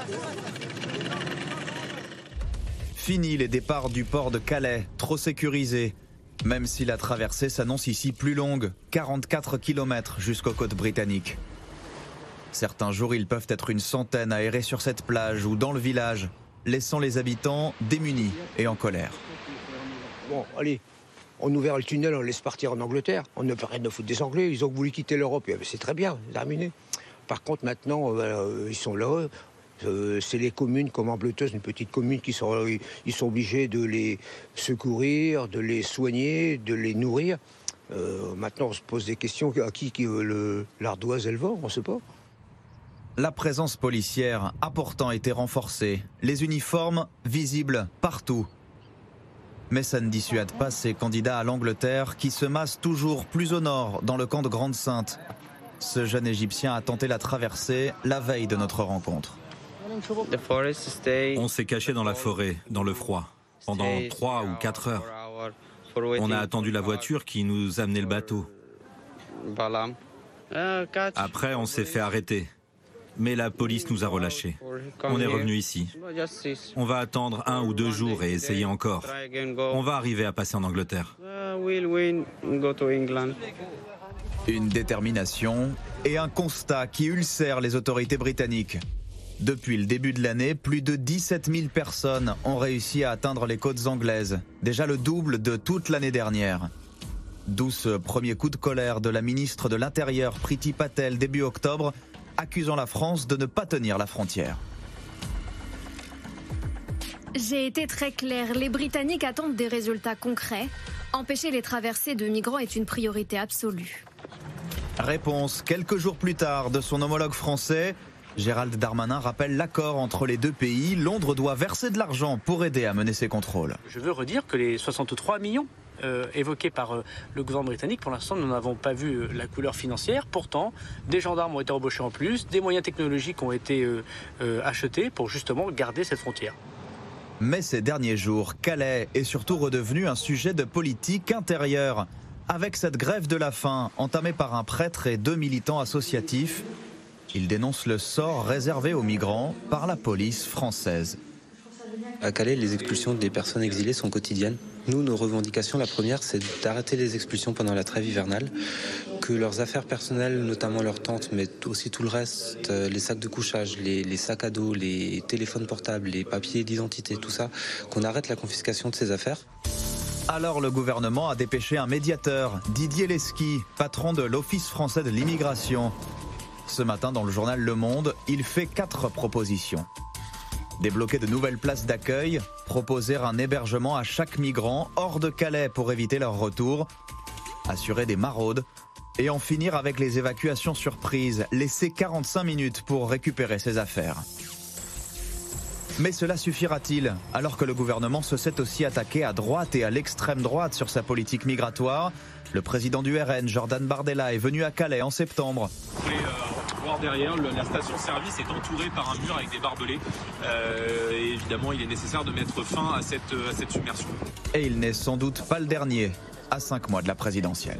S18: Fini les départs du port de Calais, trop sécurisés. Même si la traversée s'annonce ici plus longue, quarante-quatre kilomètres jusqu'aux côtes britanniques. Certains jours, ils peuvent être une centaine à errer sur cette plage ou dans le village, laissant les habitants démunis et en colère.
S20: Bon, allez, on ouvre le tunnel, on laisse partir en Angleterre. On ne peut rien de foutre des Anglais. Ils ont voulu quitter l'Europe. C'est très bien, terminé. Par contre, maintenant, euh, ils sont là. Euh, c'est les communes comme Ambleteuse, une petite commune, qui sont, ils sont obligés de les secourir, de les soigner, de les nourrir. Euh, maintenant, on se pose des questions. À qui, qui le, l'ardoise, elle va? On ne sait pas.
S18: La présence policière a pourtant été renforcée. Les uniformes visibles partout. Mais ça ne dissuade pas ces candidats à l'Angleterre qui se massent toujours plus au nord, dans le camp de Grande-Sainte. Ce jeune Égyptien a tenté la traversée la veille de notre rencontre.
S17: On s'est caché dans la forêt, dans le froid, pendant trois ou quatre heures. On a attendu la voiture qui nous amenait le bateau. Après, on s'est fait arrêter. Mais la police nous a relâchés. On est revenu ici. On va attendre un ou deux jours et essayer encore. On va arriver à passer en Angleterre.
S18: Une détermination et un constat qui ulcère les autorités britanniques. Depuis le début de l'année, plus de dix-sept mille personnes ont réussi à atteindre les côtes anglaises, déjà le double de toute l'année dernière. D'où ce premier coup de colère de la ministre de l'Intérieur Priti Patel début octobre, accusant la France de ne pas tenir la frontière.
S12: J'ai été très claire, les Britanniques attendent des résultats concrets. Empêcher les traversées de migrants est une priorité absolue.
S18: Réponse quelques jours plus tard de son homologue français. Gérald Darmanin rappelle l'accord entre les deux pays. Londres doit verser de l'argent pour aider à mener ces contrôles.
S21: Je veux redire que les soixante-trois millions euh, évoqués par euh, le gouvernement britannique, pour l'instant, nous n'avons pas vu euh, la couleur financière. Pourtant, des gendarmes ont été embauchés en plus, des moyens technologiques ont été euh, euh, achetés pour justement garder cette frontière.
S18: Mais ces derniers jours, Calais est surtout redevenu un sujet de politique intérieure. Avec cette grève de la faim entamée par un prêtre et deux militants associatifs, il dénonce le sort réservé aux migrants par la police française.
S22: À Calais, les expulsions des personnes exilées sont quotidiennes. Nous, nos revendications, la première, c'est d'arrêter les expulsions pendant la trêve hivernale, que leurs affaires personnelles, notamment leurs tentes, mais aussi tout le reste, les sacs de couchage, les, les sacs à dos, les téléphones portables, les papiers d'identité, tout ça, qu'on arrête la confiscation de ces affaires.
S18: Alors le gouvernement a dépêché un médiateur, Didier Lesky, patron de l'Office français de l'immigration. Ce matin, dans le journal Le Monde, il fait quatre propositions. Débloquer de nouvelles places d'accueil, proposer un hébergement à chaque migrant hors de Calais pour éviter leur retour, assurer des maraudes et en finir avec les évacuations surprises, laisser quarante-cinq minutes pour récupérer ses affaires. Mais cela suffira-t-il, alors que le gouvernement se s'est aussi attaqué à droite et à l'extrême droite sur sa politique migratoire? Le président du R N, Jordan Bardella, est venu à Calais en septembre.
S23: Vous pouvez euh, voir derrière, le, la station-service est entourée par un mur avec des barbelés. Euh, et évidemment, il est nécessaire de mettre fin à cette, à cette submersion.
S18: Et il n'est sans doute pas le dernier, à cinq mois de la présidentielle.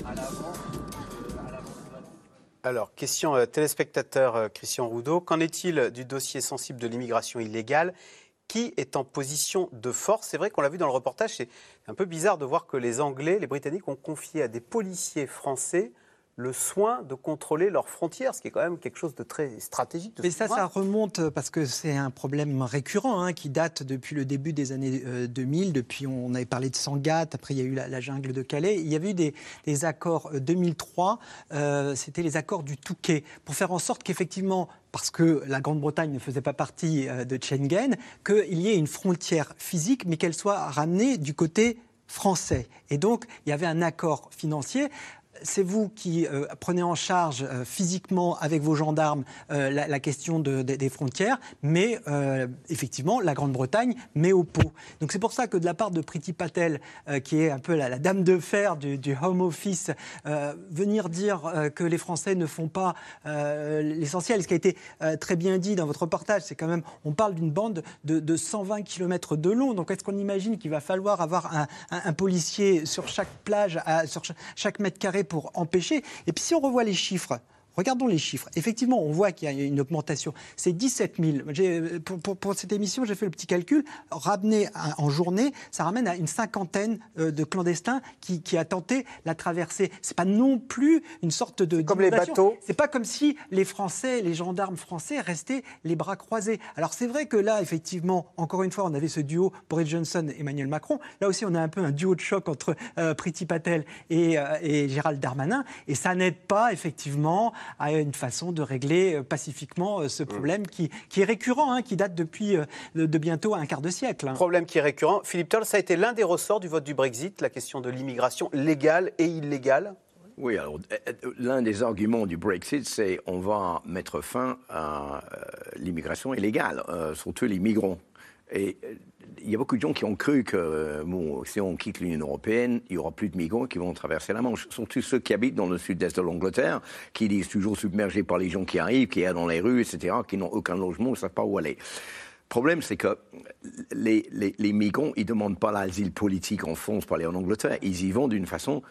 S2: Alors, question euh, téléspectateur euh, Christian Roudot. Qu'en est-il du dossier sensible de l'immigration illégale? Qui est en position de force? C'est vrai qu'on l'a vu dans le reportage, c'est un peu bizarre de voir que les Anglais, les Britanniques ont confié à des policiers français le soin de contrôler leurs frontières, ce qui est quand même quelque chose de très stratégique. De
S5: Mais ça, ça remonte parce que c'est un problème récurrent hein, qui date depuis le début des années euh, deux mille. Depuis, on avait parlé de Sangatte, après il y a eu la, la jungle de Calais. Il y avait eu des, des accords euh, deux mille trois, euh, c'était les accords du Touquet, pour faire en sorte qu'effectivement, parce que la Grande-Bretagne ne faisait pas partie euh, de Schengen, qu'il y ait une frontière physique, mais qu'elle soit ramenée du côté français. Et donc, il y avait un accord financier. C'est vous qui euh, prenez en charge euh, physiquement avec vos gendarmes euh, la, la question de, de, des frontières, mais euh, effectivement la Grande-Bretagne met au pot. Donc c'est pour ça que de la part de Priti Patel, euh, qui est un peu la, la dame de fer du, du Home Office, euh, venir dire euh, que les Français ne font pas euh, l'essentiel, ce qui a été euh, très bien dit dans votre reportage, c'est quand même, on parle d'une bande de, de cent vingt kilomètres de long, donc est-ce qu'on imagine qu'il va falloir avoir un, un, un policier sur chaque plage, à, sur chaque, chaque mètre carré pour empêcher. Et puis si on revoit les chiffres, regardons les chiffres. Effectivement, on voit qu'il y a une augmentation. C'est dix-sept mille. J'ai, pour, pour, pour cette émission, j'ai fait le petit calcul. Ramené en journée, ça ramène à une cinquantaine de clandestins qui, qui a tenté la traversée. C'est pas non plus une sorte de...
S2: Comme les bateaux.
S5: C'est pas comme si les Français, les gendarmes français restaient les bras croisés. Alors c'est vrai que là, effectivement, encore une fois, on avait ce duo Boris Johnson et Emmanuel Macron. Là aussi, on a un peu un duo de choc entre euh, Priti Patel et, euh, et Gérald Darmanin. Et ça n'aide pas, effectivement, à une façon de régler pacifiquement ce problème qui, qui est récurrent, hein, qui date depuis de, de bientôt un quart de siècle. Hein.
S2: Problème qui est récurrent. Philippe Turle, ça a été l'un des ressorts du vote du Brexit, la question de l'immigration légale et illégale.
S6: Oui, alors l'un des arguments du Brexit, c'est on va mettre fin à euh, l'immigration illégale, euh, surtout les migrants. Et il y a beaucoup de gens qui ont cru que bon, si on quitte l'Union européenne, il n'y aura plus de migrants qui vont traverser la Manche. Surtout ceux qui habitent dans le sud-est de l'Angleterre, qui disent toujours submergés par les gens qui arrivent, qui sont dans les rues, et cetera, qui n'ont aucun logement, ne savent pas où aller. Le problème, c'est que les, les, les migrants, ils ne demandent pas l'asile politique en France pour aller en Angleterre. Ils y vont d'une façon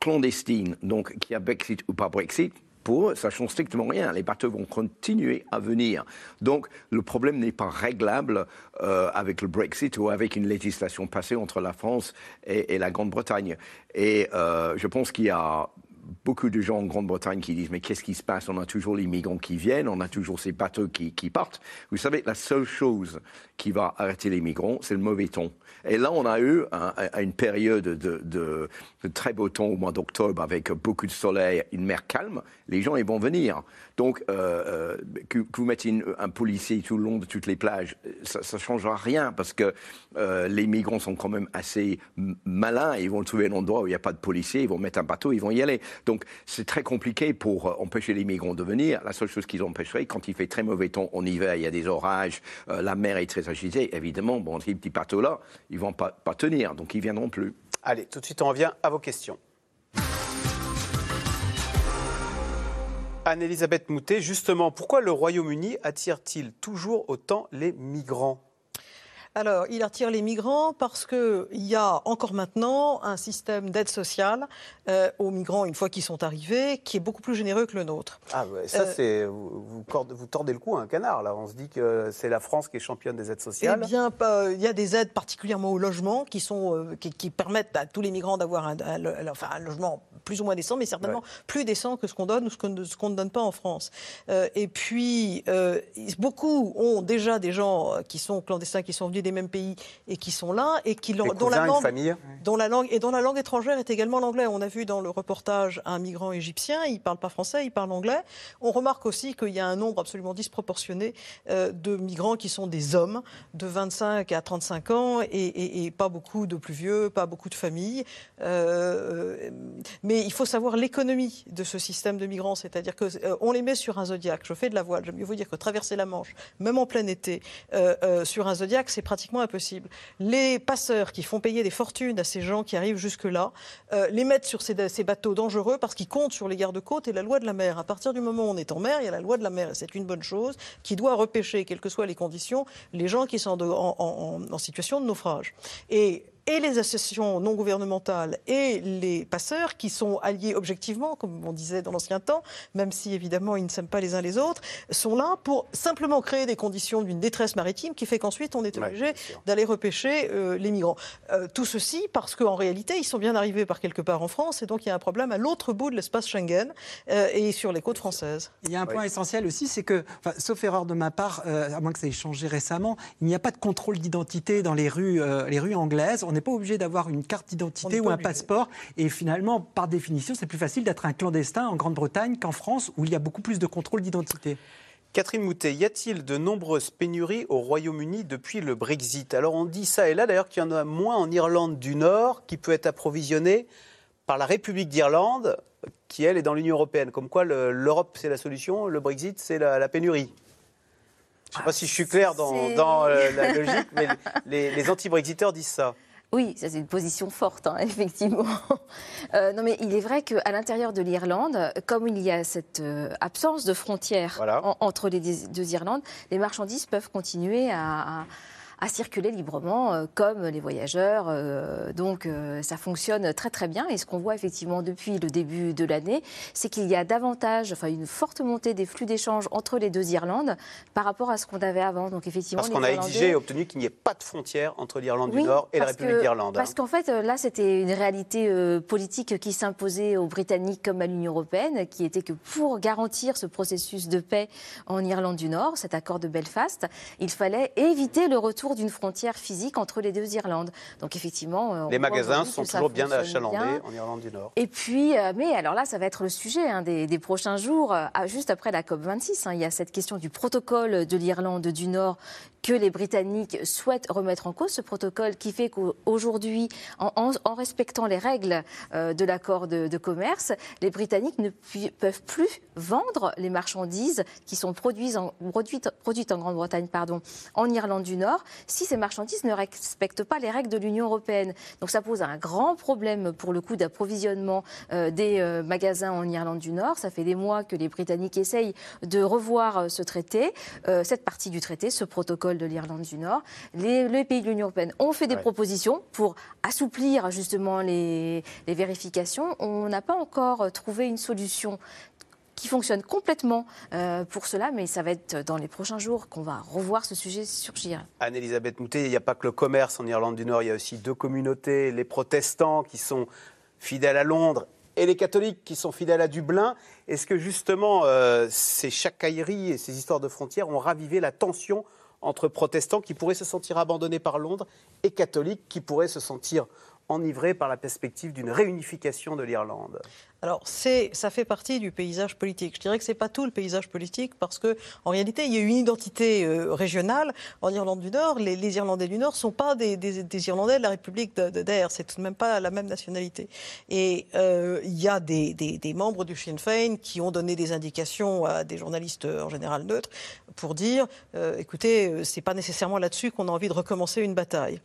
S6: clandestine, donc qu'il y a Brexit ou pas Brexit, pour eux, ça ne change strictement rien. Les bateaux vont continuer à venir. Donc, le problème n'est pas réglable euh, avec le Brexit ou avec une législation passée entre la France et, et la Grande-Bretagne. Et euh, je pense qu'il y a beaucoup de gens en Grande-Bretagne qui disent « Mais qu'est-ce qui se passe? On a toujours les migrants qui viennent, on a toujours ces bateaux qui, qui partent. » Vous savez, la seule chose qui va arrêter les migrants, c'est le mauvais temps. Et là, on a eu un, un, une période de, de, de très beau temps au mois d'octobre avec beaucoup de soleil, une mer calme. Les gens, ils vont venir. Donc, euh, que, que vous mettez une, un policier tout le long de toutes les plages, ça ne changera rien parce que euh, les migrants sont quand même assez malins. Ils vont trouver un endroit où il n'y a pas de policiers, ils vont mettre un bateau, ils vont y aller. Donc, c'est très compliqué pour euh, empêcher les migrants de venir. La seule chose qu'ils empêcheraient, quand il fait très mauvais temps en hiver, il y a des orages, euh, la mer est très agitée, évidemment, bon, ces petits bateaux-là, ils ne vont pas, pas tenir, donc ils ne viendront plus.
S2: Allez, tout de suite, on revient à vos questions. Anne-Elisabeth Moutet, justement, pourquoi le Royaume-Uni attire-t-il toujours autant les migrants ?
S4: Alors, il attire les migrants parce qu'il y a encore maintenant un système d'aide sociale euh, aux migrants, une fois qu'ils sont arrivés, qui est beaucoup plus généreux que le nôtre.
S2: Ah, ouais, ça, euh, c'est, vous, vous, vous tordez le cou à un canard, là. On se dit que c'est la France qui est championne des aides sociales.
S4: Eh bien, euh, il y a des aides particulièrement au logement qui, sont, euh, qui, qui permettent à tous les migrants d'avoir un, un, un, enfin, un logement plus ou moins décent, mais certainement ouais. plus décent que ce qu'on donne ou ce qu'on, ce qu'on ne donne pas en France. Euh, et puis, euh, beaucoup ont déjà des gens qui sont clandestins, qui sont venus des mêmes pays et qui sont là et qui
S2: dont
S4: cousins,
S2: la langue,
S4: dont la langue et dont la langue étrangère est également l'anglais. On a vu dans le reportage un migrant égyptien, il parle pas français, il parle anglais. On remarque aussi qu'il y a un nombre absolument disproportionné euh, de migrants qui sont des hommes de vingt-cinq à trente-cinq ans et, et, et pas beaucoup de plus vieux, pas beaucoup de familles. Euh, mais il faut savoir l'économie de ce système de migrants, c'est-à-dire que euh, on les met sur un Zodiac. Je fais de la voile, j'aime mieux vous dire que traverser la Manche, même en plein été, euh, euh, sur un Zodiac, c'est pratiquement impossible. Les passeurs qui font payer des fortunes à ces gens qui arrivent jusque-là, euh, les mettent sur ces, ces bateaux dangereux parce qu'ils comptent sur les gardes-côtes et la loi de la mer. À partir du moment où on est en mer, il y a la loi de la mer et c'est une bonne chose qui doit repêcher, quelles que soient les conditions, les gens qui sont de, en, en, en situation de naufrage. Et et les associations non gouvernementales et les passeurs, qui sont alliés objectivement, comme on disait dans l'ancien temps, même si évidemment ils ne s'aiment pas les uns les autres, sont là pour simplement créer des conditions d'une détresse maritime qui fait qu'ensuite on est obligé ouais, d'aller repêcher euh, les migrants. Euh, tout ceci parce qu'en réalité, ils sont bien arrivés par quelque part en France et donc il y a un problème à l'autre bout de l'espace Schengen euh, et sur les côtes françaises.
S5: Il y a un point
S4: oui.
S5: essentiel aussi, c'est que, sauf erreur de ma part, euh, à moins que ça ait changé récemment, il n'y a pas de contrôle d'identité dans les rues, euh, les rues anglaises. On n'est pas obligé d'avoir une carte d'identité ou un obligé. passeport. Et finalement, par définition, c'est plus facile d'être un clandestin en Grande-Bretagne qu'en France, où il y a beaucoup plus de contrôle d'identité.
S2: Catherine Moutet, y a-t-il de nombreuses pénuries au Royaume-Uni depuis le Brexit? Alors on dit ça et là, d'ailleurs, qu'il y en a moins en Irlande du Nord, qui peut être approvisionnée par la République d'Irlande, qui, elle, est dans l'Union européenne. Comme quoi, le, l'Europe, c'est la solution, le Brexit, c'est la, la pénurie. Je ne sais pas si je suis clair dans, dans euh, la logique, mais les, les anti-Brexiteurs disent ça.
S3: Oui, ça c'est une position forte, hein, effectivement. Euh, non, mais il est vrai qu'à l'intérieur de l'Irlande, comme il y a cette euh, absence de frontières voilà. en, entre les deux Irlandes, les marchandises peuvent continuer à... à à circuler librement euh, comme les voyageurs. Euh, donc euh, ça fonctionne très très bien. Et ce qu'on voit effectivement depuis le début de l'année, c'est qu'il y a davantage, enfin une forte montée des flux d'échanges entre les deux Irlandes par rapport à ce qu'on avait avant. Donc effectivement,
S2: parce qu'on a
S3: Irlandais...
S2: exigé et obtenu qu'il n'y ait pas de frontière entre l'Irlande
S3: oui,
S2: du Nord et la République
S3: que,
S2: d'Irlande.
S3: Parce
S2: hein.
S3: qu'en fait, là, c'était une réalité euh, politique qui s'imposait aux Britanniques comme à l'Union européenne, qui était que pour garantir ce processus de paix en Irlande du Nord, cet accord de Belfast, il fallait éviter le retour d'une frontière physique entre les deux Irlandes. Donc effectivement,
S2: les magasins sont toujours bien achalandés bien. en Irlande du Nord.
S3: Et puis, euh, mais alors là, ça va être le sujet hein, des, des prochains jours, euh, juste après la COP vingt-six. Hein, il y a cette question du protocole de l'Irlande du Nord que les Britanniques souhaitent remettre en cause, ce protocole qui fait qu'aujourd'hui, en, en, en respectant les règles euh, de l'accord de, de commerce, les Britanniques ne pu, peuvent plus vendre les marchandises qui sont produites en, produites, produites en Grande-Bretagne, pardon, en Irlande du Nord, si ces marchandises ne respectent pas les règles de l'Union européenne. Donc ça pose un grand problème pour le coup d'approvisionnement euh, des euh, magasins en Irlande du Nord. Ça fait des mois que les Britanniques essayent de revoir euh, ce traité, euh, cette partie du traité, ce protocole protocole de l'Irlande du Nord. Les, les pays de l'Union européenne ont fait des ouais. propositions pour assouplir justement les, les vérifications. On n'a pas encore trouvé une solution qui fonctionne complètement euh, pour cela, mais ça va être dans les prochains jours qu'on va revoir ce sujet surgir.
S2: Anne-Elisabeth Moutet, il n'y a pas que le commerce en Irlande du Nord, il y a aussi deux communautés, les protestants qui sont fidèles à Londres et les catholiques qui sont fidèles à Dublin. Est-ce que justement euh, ces chamailleries et ces histoires de frontières ont ravivé la tension entre protestants qui pourraient se sentir abandonnés par Londres et catholiques qui pourraient se sentir enivrés par la perspective d'une réunification de l'Irlande?
S4: Alors, c'est, ça fait partie du paysage politique. Je dirais que ce n'est pas tout le paysage politique parce qu'en réalité, il y a une identité euh, régionale. En Irlande du Nord, les, les Irlandais du Nord ne sont pas des, des, des Irlandais de la République de, de d'Éire. C'est tout de même pas la même nationalité. Et euh, il y a des, des, des membres du Sinn Féin qui ont donné des indications à des journalistes en général neutres pour dire euh, écoutez, ce n'est pas nécessairement là-dessus qu'on a envie de recommencer une bataille.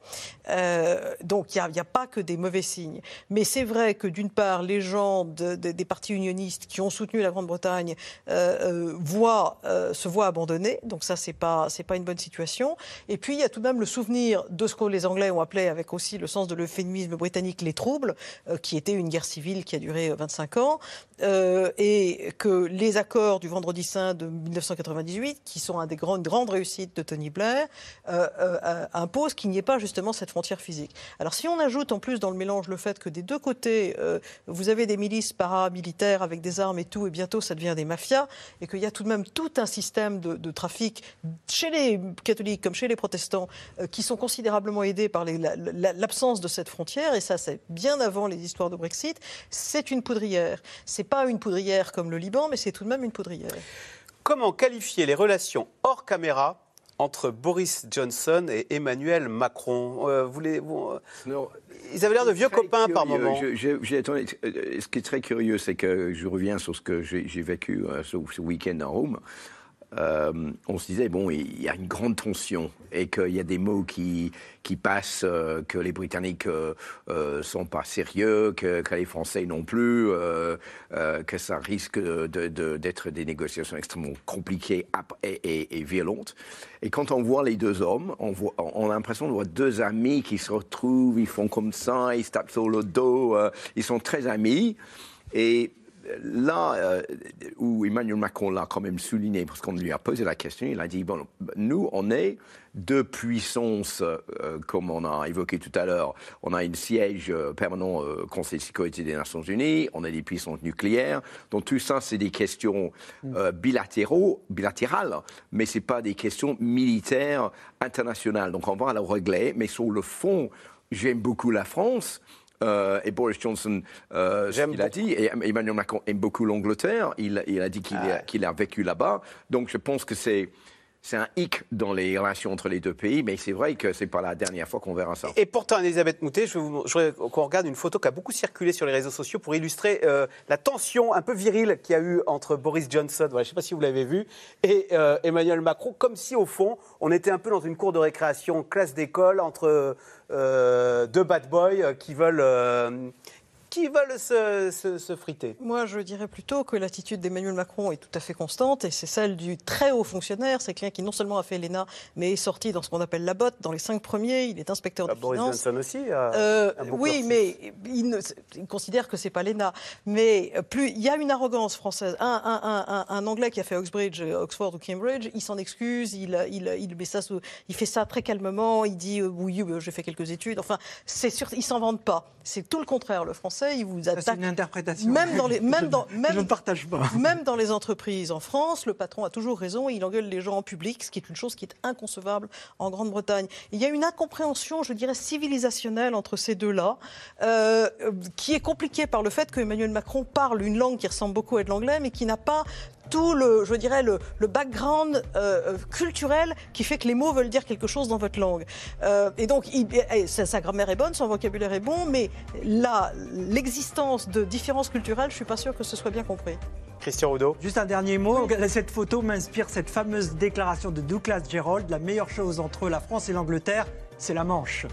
S4: Euh, donc, il n'y a, a pas que des mauvais signes. Mais c'est vrai que d'une part, les gens de De, des partis unionistes qui ont soutenu la Grande-Bretagne euh, euh, voient, euh, se voient abandonnés. Donc ça, c'est pas, c'est pas une bonne situation. Et puis, il y a tout de même le souvenir de ce que les Anglais ont appelé, avec aussi le sens de l'euphémisme britannique, les troubles, euh, qui était une guerre civile qui a duré vingt-cinq ans, euh, et que les accords du Vendredi Saint de dix-neuf cent quatre-vingt-dix-huit, qui sont un des grandes, grandes réussites de Tony Blair, euh, euh, imposent qu'il n'y ait pas justement cette frontière physique. Alors, si on ajoute en plus dans le mélange le fait que des deux côtés, euh, vous avez des milices paramilitaires avec des armes et tout, et bientôt ça devient des mafias, et qu'il y a tout de même tout un système de, de trafic chez les catholiques comme chez les protestants euh, qui sont considérablement aidés par les, la, la, l'absence de cette frontière, et ça c'est bien avant les histoires de Brexit. C'est une poudrière. C'est pas une poudrière comme le Liban, mais c'est tout de même une poudrière.
S2: Comment qualifier les relations hors caméra entre Boris Johnson et Emmanuel Macron? euh, vous les, vous, non, Ils avaient l'air de vieux copains
S6: curieux.
S2: par moment.
S6: Je, je, j'ai, ce qui est très curieux, c'est que je reviens sur ce que j'ai, j'ai vécu euh, ce, ce week-end à Rome. Euh, on se disait, bon, il y a une grande tension et qu'il y a des mots qui, qui passent, euh, que les Britanniques ne euh, euh, sont pas sérieux, que, que les Français non plus, euh, euh, que ça risque de, de, d'être des négociations extrêmement compliquées et, et, et violentes. Et quand on voit les deux hommes, on, voit, on a l'impression de voir deux amis qui se retrouvent, ils font comme ça, ils se tapent sur le dos, euh, ils sont très amis. Et là, euh, où Emmanuel Macron l'a quand même souligné, parce qu'on lui a posé la question, il a dit, bon, nous, on est deux puissances, euh, comme on a évoqué tout à l'heure. On a un siège euh, permanent au euh, Conseil de sécurité des Nations Unies, on a des puissances nucléaires. Donc tout ça, c'est des questions euh, bilatéraux, bilatérales, mais ce n'est pas des questions militaires internationales. Donc on va le régler, mais sur le fond, j'aime beaucoup la France. Euh, et Boris Johnson, euh, ce qu'il a dit, et Emmanuel Macron aime beaucoup l'Angleterre, il, il a dit qu'il, ah. a, qu'il a vécu là-bas, donc je pense que c'est, c'est un hic dans les relations entre les deux pays, mais c'est vrai que ce n'est pas la dernière fois qu'on verra ça.
S2: Et pourtant, Elisabeth Moutet, je, vous, je voudrais qu'on regarde une photo qui a beaucoup circulé sur les réseaux sociaux pour illustrer euh, la tension un peu virile qu'il y a eu entre Boris Johnson, voilà, je ne sais pas si vous l'avez vu, et euh, Emmanuel Macron, comme si au fond, on était un peu dans une cour de récréation, classe d'école, entre euh, deux bad boys qui veulent... Euh, qui veulent se, se, se friter.
S4: Moi, je dirais plutôt que l'attitude d'Emmanuel Macron est tout à fait constante, et c'est celle du très haut fonctionnaire. C'est quelqu'un qui non seulement a fait l'E N A, mais est sorti dans ce qu'on appelle la botte, dans les cinq premiers. Il est inspecteur bah, des
S2: Boris
S4: finances.
S2: Johnson aussi a,
S4: euh,
S2: a beaucoup
S4: Oui, mais il, ne, il considère que c'est pas l'E N A. Mais plus, il y a une arrogance française. Un, un, un, un, un Anglais qui a fait Oxbridge, Oxford ou Cambridge, il s'en excuse, il, il, il, met ça sous, il fait ça très calmement, il dit euh, oui, euh, j'ai fait quelques études. Enfin, c'est sûr, il s'en vante pas. C'est tout le contraire. Le Français, il vous attaque.
S5: C'est une interprétation.
S4: Même dans les, même dans, même,
S5: je ne partage pas.
S4: Même dans les entreprises en France, le patron a toujours raison. Il engueule les gens en public, ce qui est une chose qui est inconcevable en Grande-Bretagne. Il y a une incompréhension, je dirais, civilisationnelle entre ces deux-là, euh, qui est compliquée par le fait que Emmanuel Macron parle une langue qui ressemble beaucoup à de l'anglais, mais qui n'a pas tout le, je dirais, le, le background euh, culturel qui fait que les mots veulent dire quelque chose dans votre langue. Euh, et donc, il, et sa, sa grammaire est bonne, son vocabulaire est bon, mais là, l'existence de différences culturelles, je ne suis pas sûre que ce soit bien compris.
S2: Christian Oudot.
S5: Juste un dernier mot. Oui. Cette photo m'inspire cette fameuse déclaration de Douglas Jerrold. La meilleure chose entre la France et l'Angleterre, c'est la Manche.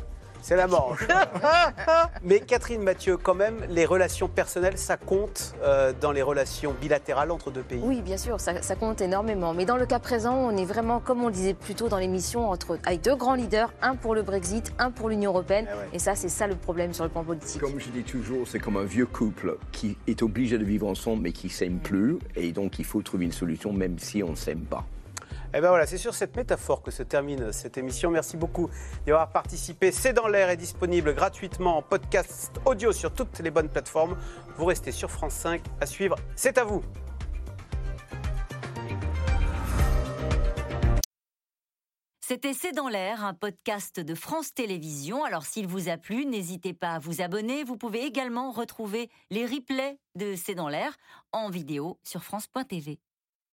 S2: C'est la Manche. Mais Catherine Mathieu, quand même, les relations personnelles, ça compte euh, dans les relations bilatérales entre deux pays.
S3: Oui, bien sûr, ça, ça compte énormément. Mais dans le cas présent, on est vraiment, comme on le disait plus tôt dans l'émission, entre, avec deux grands leaders, un pour le Brexit, un pour l'Union européenne. Ah ouais. Et ça, c'est ça le problème sur le plan politique.
S6: Comme je dis toujours, c'est comme un vieux couple qui est obligé de vivre ensemble mais qui ne s'aime plus. Et donc, il faut trouver une solution même si on ne s'aime pas.
S2: Eh bien voilà, c'est sur cette métaphore que se termine cette émission. Merci beaucoup d'y avoir participé. C'est dans l'air est disponible gratuitement en podcast audio sur toutes les bonnes plateformes. Vous restez sur France cinq à suivre. C'est à vous.
S1: C'était C'est dans l'air, un podcast de France Télévisions. Alors s'il vous a plu, n'hésitez pas à vous abonner. Vous pouvez également retrouver les replays de C'est dans l'air en vidéo sur France point T V.